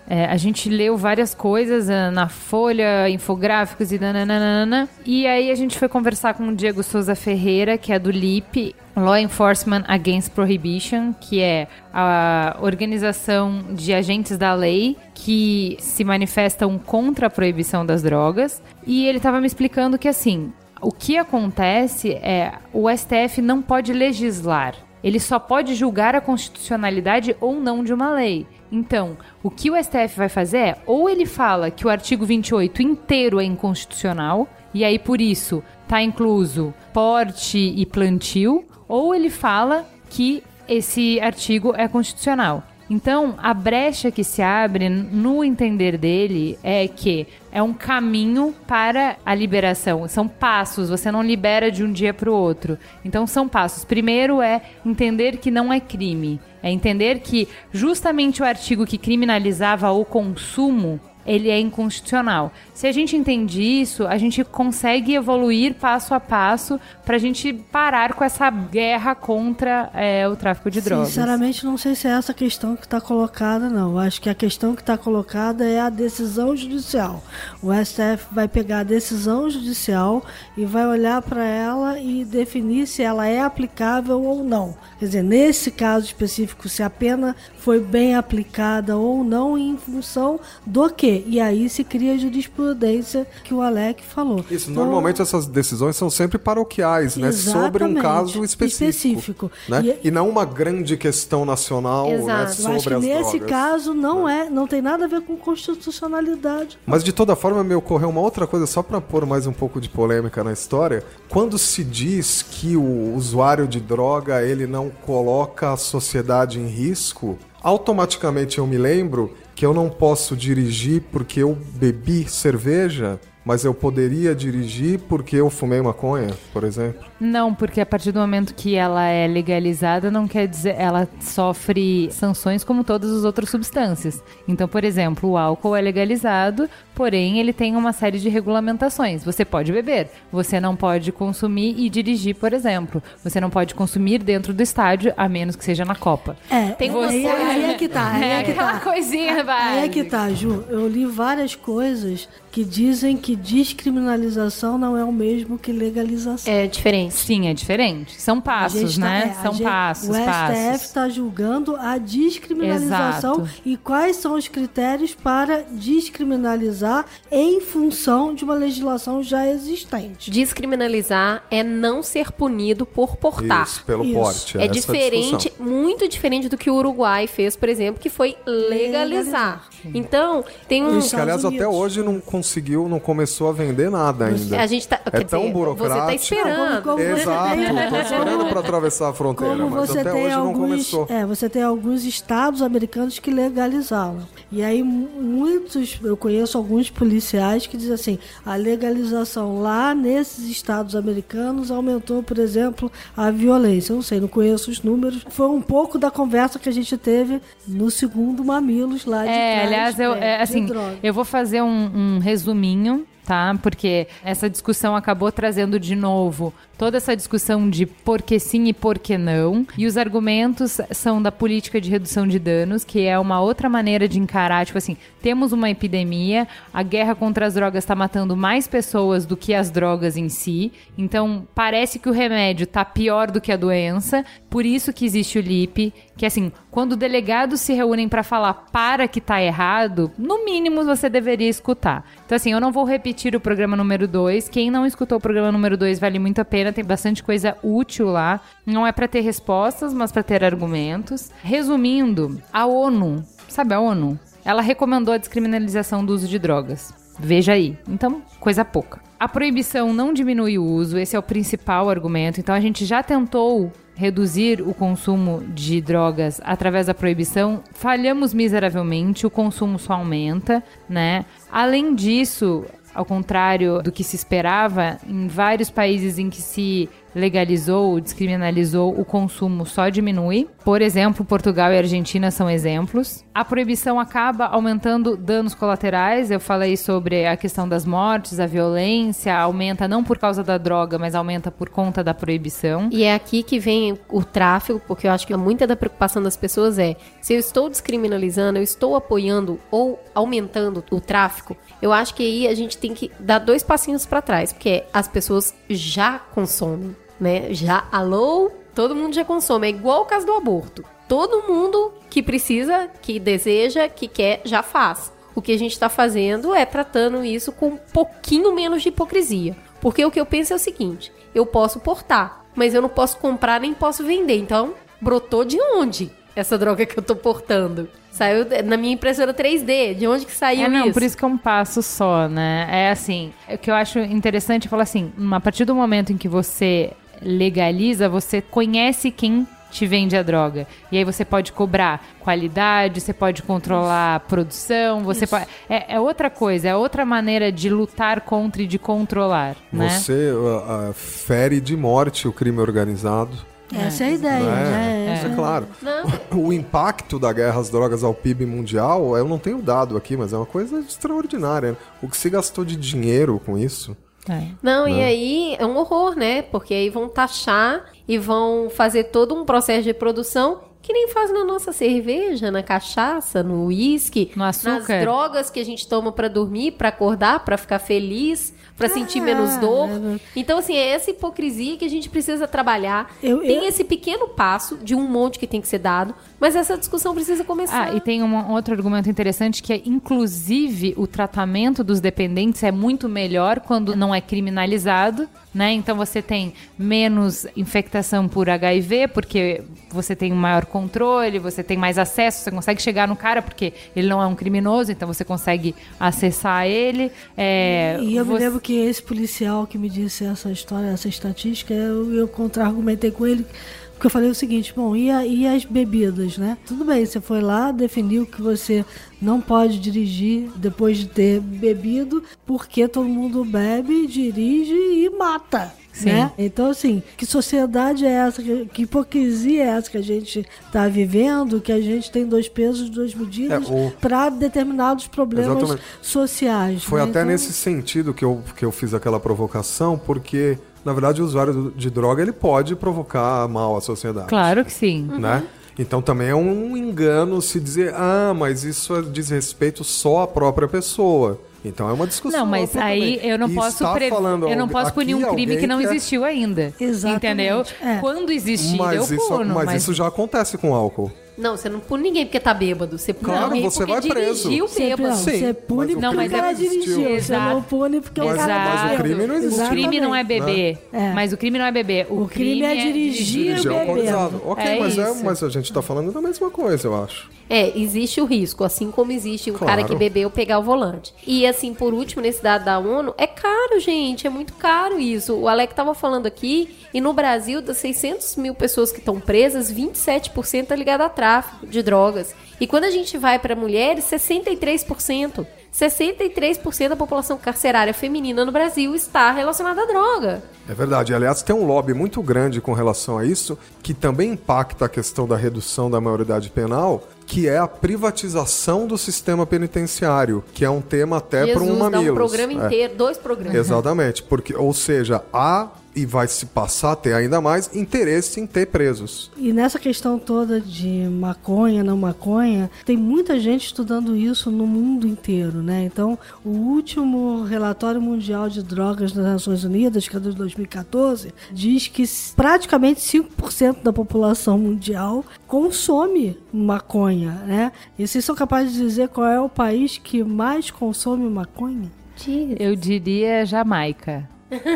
É, a gente leu várias coisas uh, na Folha, infográficos e nananana. E aí a gente foi conversar com o Diego Souza Ferreira, que é do L I P, Law Enforcement Against Prohibition, que é a organização de agentes da lei que se manifestam contra a proibição das drogas. E ele estava me explicando que, assim, o que acontece é o S T F não pode legislar. Ele só pode julgar a constitucionalidade ou não de uma lei. Então, o que o S T F vai fazer é, ou ele fala que o artigo vinte e oito inteiro é inconstitucional, e aí por isso está incluso porte e plantio, ou ele fala que esse artigo é constitucional. Então, a brecha que se abre, no entender dele, é que é um caminho para a liberação. São passos, você não libera de um dia para o outro. Então, são passos. Primeiro é entender que não é crime. É entender que justamente o artigo que criminalizava o consumo, ele é inconstitucional. Se a gente entende isso, a gente consegue evoluir passo a passo para a gente parar com essa guerra contra é, o tráfico de drogas. Sinceramente, não sei se é essa questão que está colocada, não. Acho que a questão que está colocada é a decisão judicial. O S T F vai pegar a decisão judicial e vai olhar para ela e definir se ela é aplicável ou não. Quer dizer, nesse caso específico, se a pena foi bem aplicada ou não em função do quê? E aí se cria a jurisprudência que o Alec falou. Isso, então, normalmente essas decisões são sempre paroquiais, né? Sobre um caso específico. específico. Né? E, e não uma grande questão nacional, né, sobre acho que as nesse drogas. caso não, é, não tem nada a ver com constitucionalidade. Mas de toda forma me ocorreu uma outra coisa, só para pôr mais um pouco de polêmica na história. Quando se diz que o usuário de droga ele não coloca a sociedade em risco, automaticamente eu me lembro que eu não posso dirigir porque eu bebi cerveja, mas eu poderia dirigir porque eu fumei maconha, por exemplo? Não, porque a partir do momento que ela é legalizada, não quer dizer... Ela sofre sanções como todas as outras substâncias. Então, por exemplo, o álcool é legalizado, porém ele tem uma série de regulamentações. Você pode beber, você não pode consumir e dirigir, por exemplo. Você não pode consumir dentro do estádio, a menos que seja na Copa. É, tem você... aí, aí é que tá, aí é, é que tá. aquela coisinha, vai. Aí é que tá, Ju. Eu li várias coisas que dizem que descriminalização não é o mesmo que legalização. É diferente. Sim, é diferente. São passos, tá, né? É, São gente, passos, o S T F passos. está julgando a descriminalização. Exato. E quais são os critérios para descriminalizar em função de uma legislação já existente. Descriminalizar é não ser punido por portar. Isso, pelo Isso. porte. É essa diferente, discussão. muito diferente do que o Uruguai fez, por exemplo, que foi legalizar. Então, tem um... Isso, que, aliás, até hoje não conseguiu, não começou a vender nada ainda. A gente tá, é quer tão dizer, burocrático. Você tá esperando. Como- como você Exato, tem- tô esperando para atravessar a fronteira, Como mas você até tem hoje não alguns, começou. é, você tem alguns estados americanos que legalizaram. E aí mu- muitos, eu conheço alguns policiais que dizem assim, a legalização lá nesses estados americanos aumentou, por exemplo, a violência. Eu não sei, não conheço os números. Foi um pouco da conversa que a gente teve no segundo Mamilos lá de É, trás, aliás, eu, é, é, de assim, droga. eu vou fazer um, um resuminho, tá? Porque essa discussão acabou trazendo de novo toda essa discussão de por que sim e por que não. E os argumentos são da política de redução de danos, que é uma outra maneira de encarar, tipo assim, temos uma epidemia, a guerra contra as drogas está matando mais pessoas do que as drogas em si, então parece que o remédio está pior do que a doença, por isso que existe o L I P, que assim, quando delegados se reúnem para falar para que tá errado, no mínimo você deveria escutar. Então assim, eu não vou repetir o programa número dois, quem não escutou o programa número dois vale muito a pena, tem bastante coisa útil lá. Não é para ter respostas, mas para ter argumentos. Resumindo, a ONU, sabe a ONU? Ela recomendou a descriminalização do uso de drogas. Veja aí. Então, coisa pouca. A proibição não diminui o uso, esse é o principal argumento. Então, a gente já tentou reduzir o consumo de drogas através da proibição, falhamos miseravelmente, o consumo só aumenta, né? Além disso, ao contrário do que se esperava, em vários países em que se legalizou, descriminalizou o consumo, só diminui. Por exemplo, Portugal e Argentina são exemplos. A proibição acaba aumentando danos colaterais. Eu falei sobre a questão das mortes, a violência, aumenta não por causa da droga, mas aumenta por conta da proibição. E é aqui que vem o tráfico, porque eu acho que muita da preocupação das pessoas é, se eu estou descriminalizando, eu estou apoiando ou aumentando o tráfico, eu acho que aí a gente tem que dar dois passinhos para trás, porque as pessoas já consomem, né? Já, alô, todo mundo já consome. É igual o caso do aborto. Todo mundo que precisa, que deseja, que quer, já faz. O que a gente está fazendo é tratando isso com um pouquinho menos de hipocrisia. Porque o que eu penso é o seguinte, eu posso portar, mas eu não posso comprar nem posso vender. Então, brotou de onde essa droga que eu tô portando? Saiu na minha impressora três D. De onde que saiu é, não, isso? Por isso que é um passo só, né? É assim, o que eu acho interessante é falar assim, a partir do momento em que você legaliza, você conhece quem te vende a droga. E aí você pode cobrar qualidade, você pode controlar a produção, você pode... É, é outra coisa, é outra maneira de lutar contra e de controlar, né? Você uh, uh, fere de morte o crime organizado. Essa é a ideia, né? É, isso é claro. Não. O impacto da guerra às drogas ao P I B mundial, eu não tenho dado aqui, mas é uma coisa extraordinária. O que se gastou de dinheiro com isso... É. Não, Não, e né? aí é um horror, né? Porque aí vão taxar e vão fazer todo um processo de produção que nem faz na nossa cerveja, na cachaça, no uísque, no açúcar, nas drogas que a gente toma pra dormir, pra acordar, pra ficar feliz, pra ah, sentir menos dor. É. Então, assim, é essa hipocrisia que a gente precisa trabalhar. Eu, tem eu... esse pequeno passo de um monte que tem que ser dado, mas essa discussão precisa começar. Ah, e tem um outro argumento interessante que é, inclusive, o tratamento dos dependentes é muito melhor quando não é criminalizado, né? Então, você tem menos infectação por H I V, porque você tem um maior controle, você tem mais acesso, você consegue chegar no cara, porque ele não é um criminoso, então você consegue acessar ele. É, e eu você... me lembro que esse policial que me disse essa história, essa estatística, eu, eu contra-argumentei com ele, porque eu falei o seguinte, bom, e, a, e as bebidas, né? Tudo bem, você foi lá, definiu que você não pode dirigir depois de ter bebido, porque todo mundo bebe, dirige e mata. Sim. Né? Então, assim, que sociedade é essa, que, que hipocrisia é essa que a gente está vivendo, que a gente tem dois pesos, duas medidas é, o... para determinados problemas Exatamente. sociais. Foi né? até então... nesse sentido que eu, que eu fiz aquela provocação, porque, na verdade, o usuário de droga ele pode provocar mal à sociedade. Claro que sim. Né? Uhum. Então também é um engano se dizer, ah, mas isso diz respeito só à própria pessoa. Então é uma discussão. Não, mas aí eu não e posso pre... eu não posso punir um crime que não que existiu é... ainda. Exatamente. Entendeu? É. Quando existir, mas eu isso, puno. Mas, mas isso já acontece com álcool. Não, você não pune ninguém porque tá bêbado. Você pune claro, alguém você porque vai preso. dirigiu bêbado. Sim, você pune mas porque o, o cara dirigiu. Você não pune porque mas, o cara mas bebeu. o crime não existe. O crime não é beber. Né? É. Mas o crime não é beber. O, o crime, crime é dirigir, dirigir e beber. Ok, é mas, é, isso. mas a gente tá falando da mesma coisa, eu acho. É, existe o risco, assim como existe o claro. cara que bebeu pegar o volante. E assim, por último, nesse dado da ONU, é caro, gente, é muito caro isso. O Alec tava falando aqui, e no Brasil, das seiscentas mil pessoas que estão presas, vinte e sete por cento é ligado a tráfico de drogas. E quando a gente vai para mulheres, sessenta e três por cento. sessenta e três por cento da população carcerária feminina no Brasil está relacionada à droga. É verdade. Aliás, tem um lobby muito grande com relação a isso, que também impacta a questão da redução da maioridade penal, que é a privatização do sistema penitenciário, que é um tema até para um Mamilos. Dá um programa inteiro, é. dois programas. Exatamente. Porque, ou seja, há... e vai se passar a ter ainda mais interesse em ter presos. E nessa questão toda de maconha, não maconha, tem muita gente estudando isso no mundo inteiro, né? Então, o último relatório mundial de drogas das Nações Unidas, que é de dois mil e catorze, diz que praticamente cinco por cento da população mundial consome maconha, né? E vocês são capazes de dizer qual é o país que mais consome maconha? Eu diria Jamaica.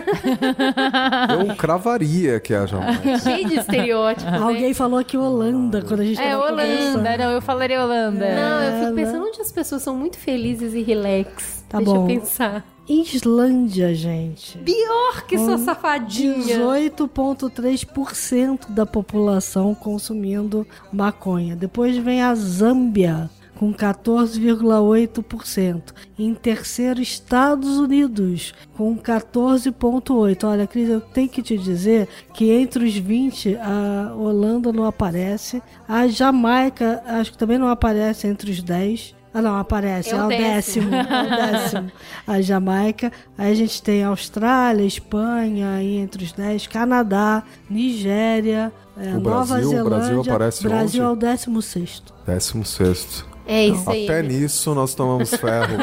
Eu cravaria que é a Jamaica. Cheio de estereótipo. Né? Alguém falou aqui Holanda quando a gente É, Holanda. Conversando. Não, eu falaria Holanda. Não, eu fico pensando onde as pessoas são muito felizes e relax. Tá Deixa bom. eu pensar. Islândia, gente. Pior que sua safadinha. dezoito vírgula três por cento da população consumindo maconha. Depois vem a Zâmbia, com quatorze vírgula oito por cento. Em terceiro, Estados Unidos, com quatorze vírgula oito por cento. Olha, Cris, eu tenho que te dizer que entre os vinte, a Holanda não aparece. A Jamaica, acho que também não aparece entre os dez. Ah, não, aparece, é, é o décimo. décimo. É o décimo. A Jamaica. Aí a gente tem Austrália, Espanha, aí entre os dez, Canadá, Nigéria, é, Nova Brasil, Zelândia. O Brasil aparece Brasil onde? é o décimo sexto. Décimo sexto. É isso aí. Até nisso nós tomamos ferro.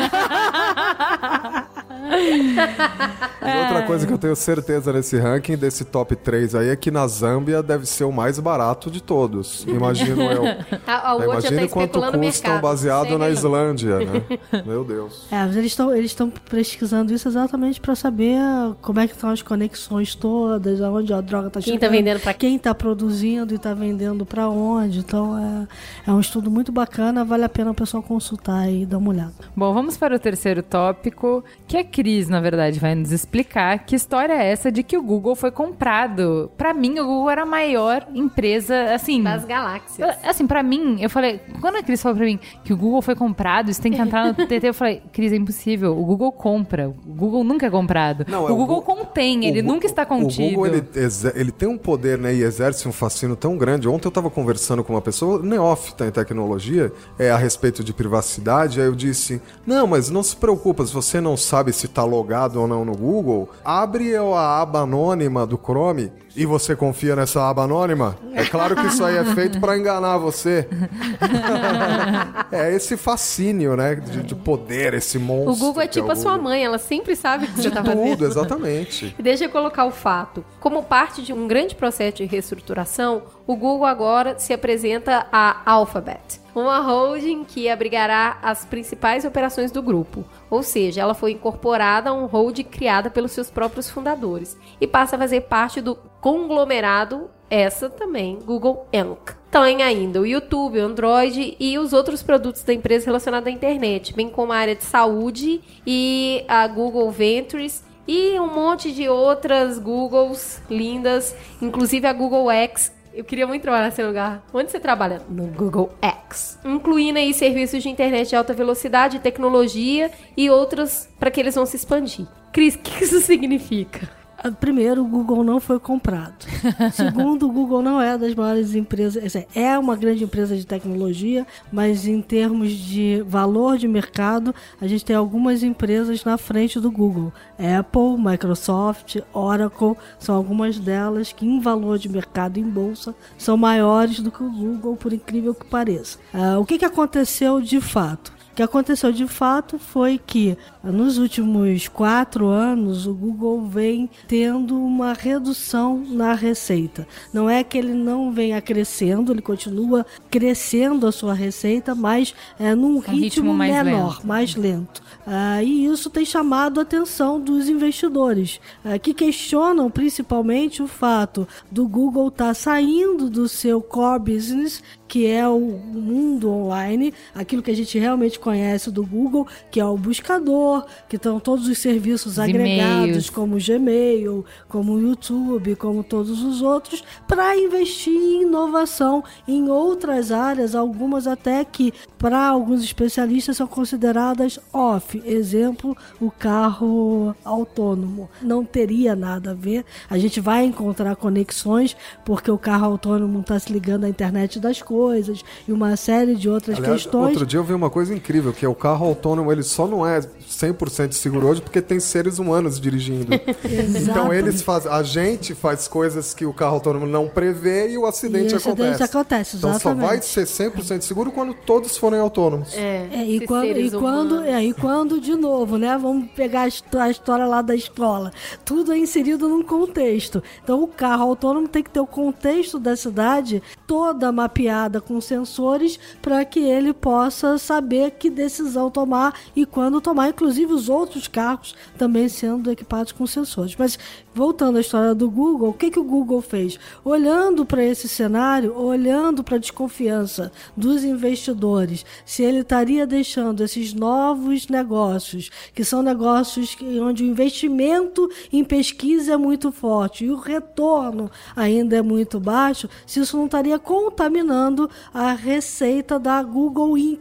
E outra coisa que eu tenho certeza nesse ranking, desse top três aí, é que na Zâmbia deve ser o mais barato de todos. Imagino eu. A, a É, imagine tá quanto custam baseado na Islândia, né? Meu Deus. É, mas eles estão eles estão pesquisando isso exatamente para saber como é que estão as conexões todas, aonde a droga está chegando. Quem tá vendendo pra quem está produzindo e está vendendo para onde. Então é, é um estudo muito bacana, vale a pena o pessoal consultar e dar uma olhada. Bom, vamos para o terceiro tópico, que a Cris, na verdade, vai nos explicar que história é essa de que o Google foi comprado. Pra mim, o Google era a maior empresa, assim... das galáxias. Assim, pra mim, eu falei... Quando a Cris falou pra mim que o Google foi comprado, isso tem que entrar no T T, eu falei, Cris, é impossível. O Google compra. O Google nunca é comprado. Não, o, é o Google Gu... contém, ele o nunca está contido. O Google, ele, ele tem um poder, né, e exerce um fascínio tão grande. Ontem eu tava conversando com uma pessoa neófita em tecnologia, é, a respeito de privacidade, aí eu disse, não, mas não se preocupa, se você não sabe se tá logado ou não no Google, abre a aba anônima do Chrome e você confia nessa aba anônima? É claro que isso aí é feito para enganar você. É esse fascínio, né, de, de poder, esse monstro. O Google é tipo é a sua mãe, ela sempre sabe o que você tá fazendo. Tudo, exatamente. Deixa eu colocar o fato. Como parte de um grande processo de reestruturação, o Google agora se apresenta a Alphabet, uma holding que abrigará as principais operações do grupo. Ou seja, ela foi incorporada a um holding criada pelos seus próprios fundadores e passa a fazer parte do conglomerado, essa também, Google Incorporated. Tem ainda o YouTube, o Android e os outros produtos da empresa relacionados à internet, bem como a área de saúde e a Google Ventures e um monte de outras Googles lindas, inclusive a Google X. Eu queria muito trabalhar nesse lugar. Onde você trabalha? No Google X. Incluindo aí serviços de internet de alta velocidade, tecnologia e outras para que eles vão se expandir. Cris, o que isso significa? Primeiro, o Google não foi comprado. Segundo, o Google não é das maiores empresas. É uma grande empresa de tecnologia, mas em termos de valor de mercado, a gente tem algumas empresas na frente do Google. Apple, Microsoft, Oracle, são algumas delas que em valor de mercado em bolsa são maiores do que o Google, por incrível que pareça. Uh, o que, que aconteceu de fato? O que aconteceu de fato foi que nos últimos quatro anos o Google vem tendo uma redução na receita. Não é que ele não venha crescendo, ele continua crescendo a sua receita, mas é num um ritmo, ritmo mais menor, lento. mais lento. Ah, e isso tem chamado a atenção dos investidores, ah, que questionam principalmente o fato do Google estar tá saindo do seu core business, que é o mundo online, aquilo que a gente realmente conhece do Google, que é o buscador, que estão todos os serviços os agregados, e-mails, como o Gmail, como o YouTube, como todos os outros, para investir em inovação em outras áreas, algumas até que, para alguns especialistas, são consideradas off. Exemplo, o carro autônomo. Não teria nada a ver. A gente vai encontrar conexões, porque o carro autônomo está se ligando à internet das coisas e uma série de outras Aliás, questões. Outro dia eu vi uma coisa incrível, que é o carro autônomo, ele só não é cem por cento seguro hoje porque tem seres humanos dirigindo. Então eles fazem, a gente faz coisas que o carro autônomo não prevê e o acidente, e o acontece. acidente acontece. Então só vai ser cem por cento seguro quando todos forem autônomos. É, é e, quando, e, quando, é, e quando, de novo, né? Vamos pegar a, a história lá da escola. Tudo é inserido num contexto. Então o carro autônomo tem que ter o contexto da cidade toda mapeada com sensores para que ele possa saber que decisão tomar e quando tomar, inclusive os outros carros também sendo equipados com sensores. Mas voltando à história do Google, o que, que o Google fez? Olhando para esse cenário, olhando para a desconfiança dos investidores, se ele estaria deixando esses novos negócios, que são negócios que, onde o investimento em pesquisa é muito forte e o retorno ainda é muito baixo, se isso não estaria contaminando a receita da Google Incorporated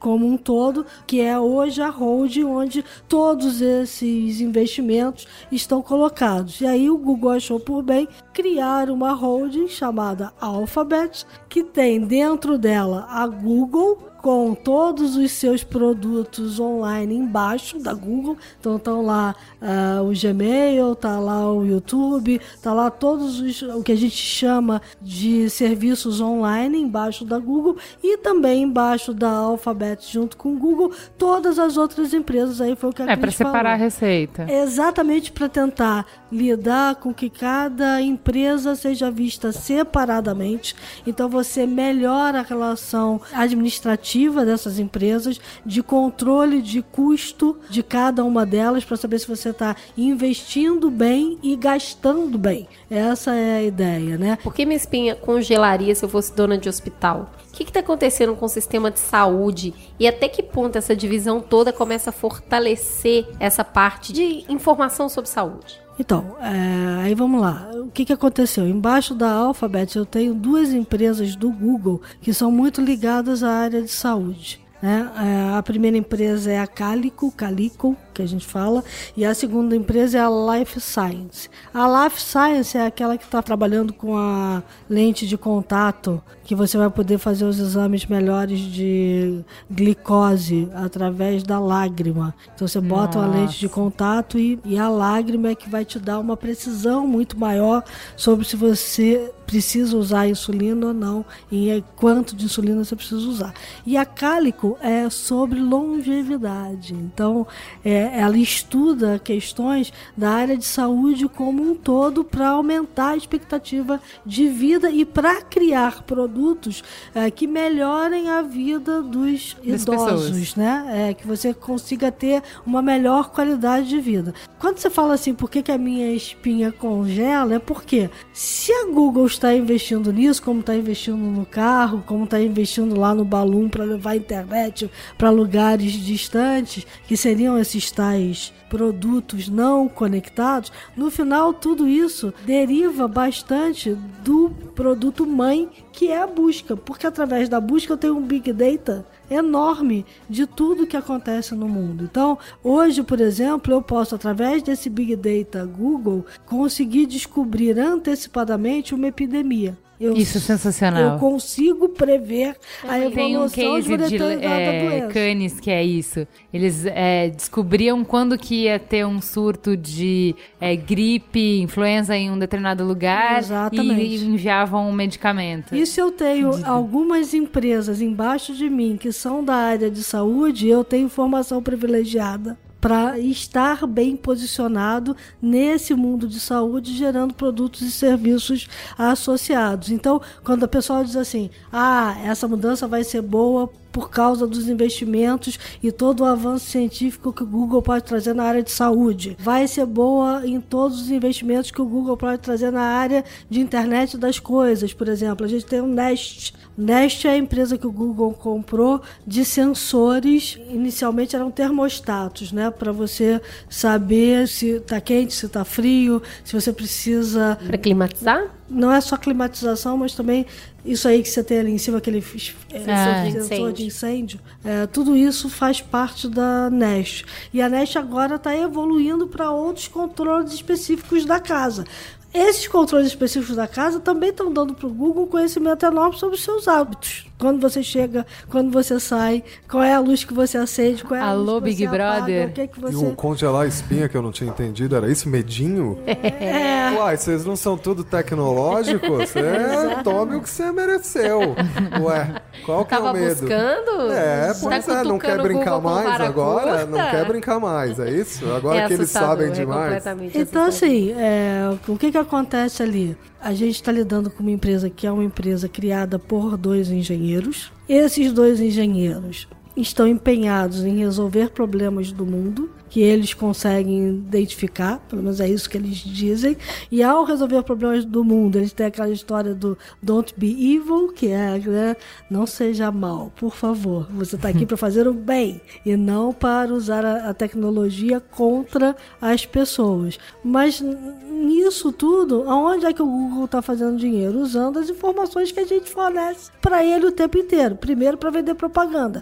como um todo, que é hoje a holding, onde todos esses investimentos estão colocados. E aí o Google achou por bem criar uma holding chamada Alphabet, que tem dentro dela a Google, com todos os seus produtos online embaixo da Google. Então estão lá uh, o Gmail, tá lá o YouTube, tá lá todos os, o que a gente chama de serviços online embaixo da Google, e também embaixo da Alphabet, junto com o Google, todas as outras empresas. Aí foi o que a É, para Cris falou. separar a receita. Exatamente, para tentar lidar com que cada empresa seja vista separadamente. Então você melhora a relação administrativa dessas empresas, de controle de custo de cada uma delas, para saber se você está investindo bem e gastando bem. Essa é a ideia, né? Por que minha espinha congelaria se eu fosse dona de hospital? O que está acontecendo com o sistema de saúde? E até que ponto essa divisão toda começa a fortalecer essa parte de informação sobre saúde? Então, é, aí vamos lá. O que, que aconteceu? Embaixo da Alphabet eu tenho duas empresas do Google que são muito ligadas à área de saúde. Né? A primeira empresa é a Calico, Calico, que a gente fala, e a segunda empresa é a Life Science. A Life Science é aquela que está trabalhando com a lente de contato, que você vai poder fazer os exames melhores de glicose através da lágrima. Então você bota Nossa. uma lente de contato e, e a lágrima é que vai te dar uma precisão muito maior sobre se você precisa usar insulina ou não, e quanto de insulina você precisa usar. E a Calico é sobre longevidade. Então, é, ela estuda questões da área de saúde como um todo para aumentar a expectativa de vida e para criar produtos é, que melhorem a vida dos das idosos, pessoas. né? É, que você consiga ter uma melhor qualidade de vida. Quando você fala assim, por que, que a minha espinha congela? É porque se a Google está investindo nisso, como está investindo no carro, como está investindo lá no Balloon para levar a internet para lugares distantes, que seriam esses tais produtos não conectados, no final tudo isso deriva bastante do produto mãe, que é a busca, porque através da busca eu tenho um Big Data enorme de tudo que acontece no mundo. Então, hoje, por exemplo, eu posso, através desse Big Data Google, conseguir descobrir antecipadamente uma epidemia. Eu, Isso é sensacional. Eu consigo prever a evolução Tem um de case de determinada é, doença. Canis que é isso. Eles é, descobriam quando que ia ter um surto de é, gripe, influenza em um determinado lugar. Exatamente. E enviavam um medicamento. E se eu tenho algumas empresas embaixo de mim que são da área de saúde, eu tenho informação privilegiada para estar bem posicionado nesse mundo de saúde, gerando produtos e serviços associados. Então, quando a pessoa diz assim, ah, essa mudança vai ser boa por causa dos investimentos e todo o avanço científico que o Google pode trazer na área de saúde. Vai ser boa em todos os investimentos que o Google pode trazer na área de internet das coisas. Por exemplo, a gente tem o Nest. Nest é a empresa que o Google comprou de sensores. Inicialmente eram termostatos, né? Para você saber se está quente, se está frio, se você precisa... Para climatizar? Não é só climatização, mas também isso aí que você tem ali em cima, aquele é, Ah, sensor de incêndio, é, tudo isso faz parte da Nest. E a Nest agora está evoluindo para outros controles específicos da casa. Esses controles específicos da casa também estão dando para o Google um conhecimento enorme sobre os seus hábitos. Quando você chega, quando você sai, qual é a luz que você acende, qual é a Alô, luz que Big você apaga, Brother. o que, que E você... o congelar a espinha que eu não tinha entendido, era isso? Medinho? É. Uai, vocês não são tudo tecnológicos? É, tome o que você mereceu. Ué, qual que é Tava o medo? buscando? É, Tá pois é, não cutucando quer o brincar Google com mais vara agora? curta? Não quer brincar mais, é isso? Agora É que eles assustador, sabem é demais. completamente Então, assustador. assim, é, o que, que acontece ali? A gente está lidando com uma empresa que é uma empresa criada por dois engenheiros. Esses dois engenheiros estão empenhados em resolver problemas do mundo, que eles conseguem identificar, pelo menos é isso que eles dizem, e ao resolver problemas do mundo, eles têm aquela história do don't be evil, que é, né, não seja mal, por favor, você está aqui para fazer o bem, e não para usar a, a tecnologia contra as pessoas. Mas nisso tudo, aonde é que o Google está fazendo dinheiro? Usando as informações que a gente fornece para ele o tempo inteiro. Primeiro, para vender propaganda. É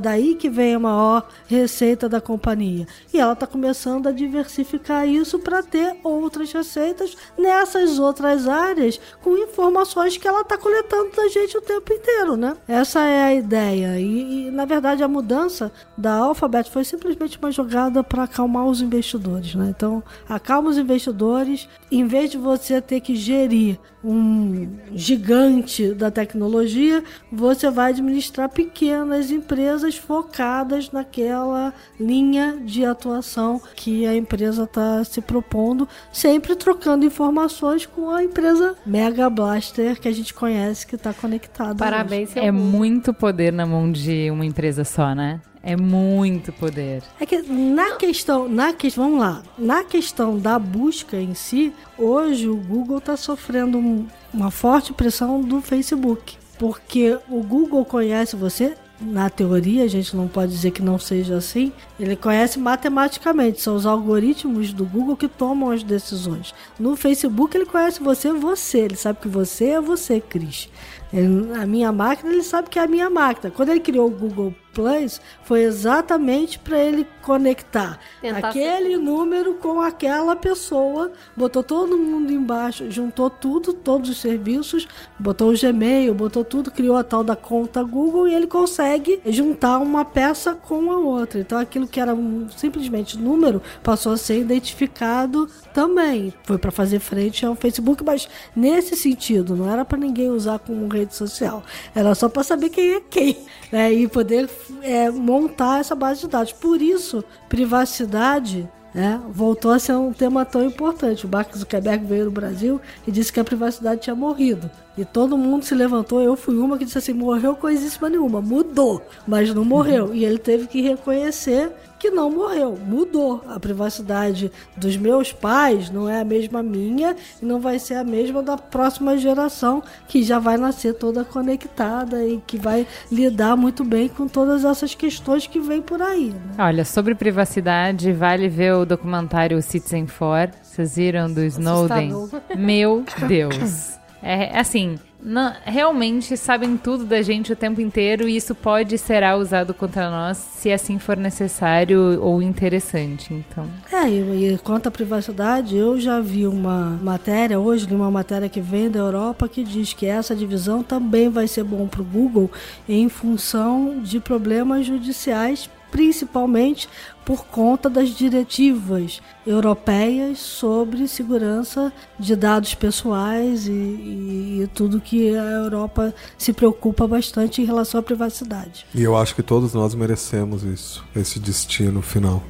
daí que vem a maior receita da companhia. E ela está começando a diversificar isso para ter outras receitas nessas outras áreas com informações que ela está coletando da gente o tempo inteiro, né? Essa é a ideia. E, e na verdade, a mudança da Alphabet foi simplesmente uma jogada para acalmar os investidores, né? Então, acalma os investidores, em vez de você ter que gerir um gigante da tecnologia, você vai administrar pequenas empresas focadas naquela linha de atuação que a empresa está se propondo, sempre trocando informações com a empresa Mega Blaster que a gente conhece, que está conectada. Parabéns, seu É mundo. muito poder na mão de uma empresa só, né? É muito poder. É que na questão, na que, vamos lá, na questão da busca em si, hoje o Google está sofrendo um, uma forte pressão do Facebook, porque o Google conhece você. Na teoria, a gente não pode dizer que não seja assim. Ele conhece matematicamente. São os algoritmos do Google que tomam as decisões. No Facebook, ele conhece você, você. Ele sabe que você é você, Cris. Ele, a minha máquina, ele sabe que é a minha máquina. Quando ele criou o Google Plus, foi exatamente para ele conectar Tentar aquele ser... número com aquela pessoa, botou todo mundo embaixo, juntou tudo, todos os serviços, botou o Gmail, botou tudo, criou a tal da conta Google e ele consegue juntar uma peça com a outra. Então aquilo que era um, simplesmente número passou a ser identificado também. Foi para fazer frente ao Facebook, mas nesse sentido, não era para ninguém usar como rede social, era só para saber quem é quem, né? E poder é, montar essa base de dados. Por isso, privacidade, né, voltou a ser um tema tão importante. O Mark Zuckerberg veio no Brasil e disse que a privacidade tinha morrido. E todo mundo se levantou, eu fui uma que disse assim, morreu coisíssima nenhuma, mudou, mas não morreu. Uhum. E ele teve que reconhecer que não morreu, mudou. A privacidade dos meus pais não é a mesma minha e não vai ser a mesma da próxima geração, que já vai nascer toda conectada e que vai lidar muito bem com todas essas questões que vêm por aí, né? Olha, sobre privacidade, vale ver o documentário Citizen Four. Vocês viram do Snowden? Assustador. Meu Deus. É assim, não, realmente sabem tudo da gente o tempo inteiro e isso pode ser usado contra nós se assim for necessário ou interessante, então. É, e, e quanto à privacidade, eu já vi uma matéria, hoje li uma matéria que vem da Europa que diz que essa divisão também vai ser bom para o Google em função de problemas judiciais, principalmente por conta das diretivas europeias sobre segurança de dados pessoais e, e, e tudo que a Europa se preocupa bastante em relação à privacidade. E eu acho que todos nós merecemos isso, esse destino final.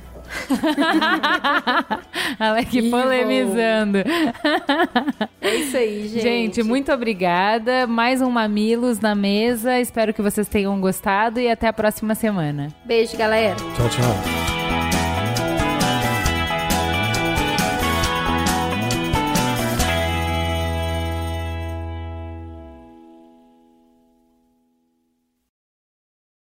Alec polemizando. É isso aí, gente. Gente, muito obrigada. Mais um Mamilos na mesa. Espero que vocês tenham gostado e até a próxima semana. Beijo, galera. Tchau, tchau.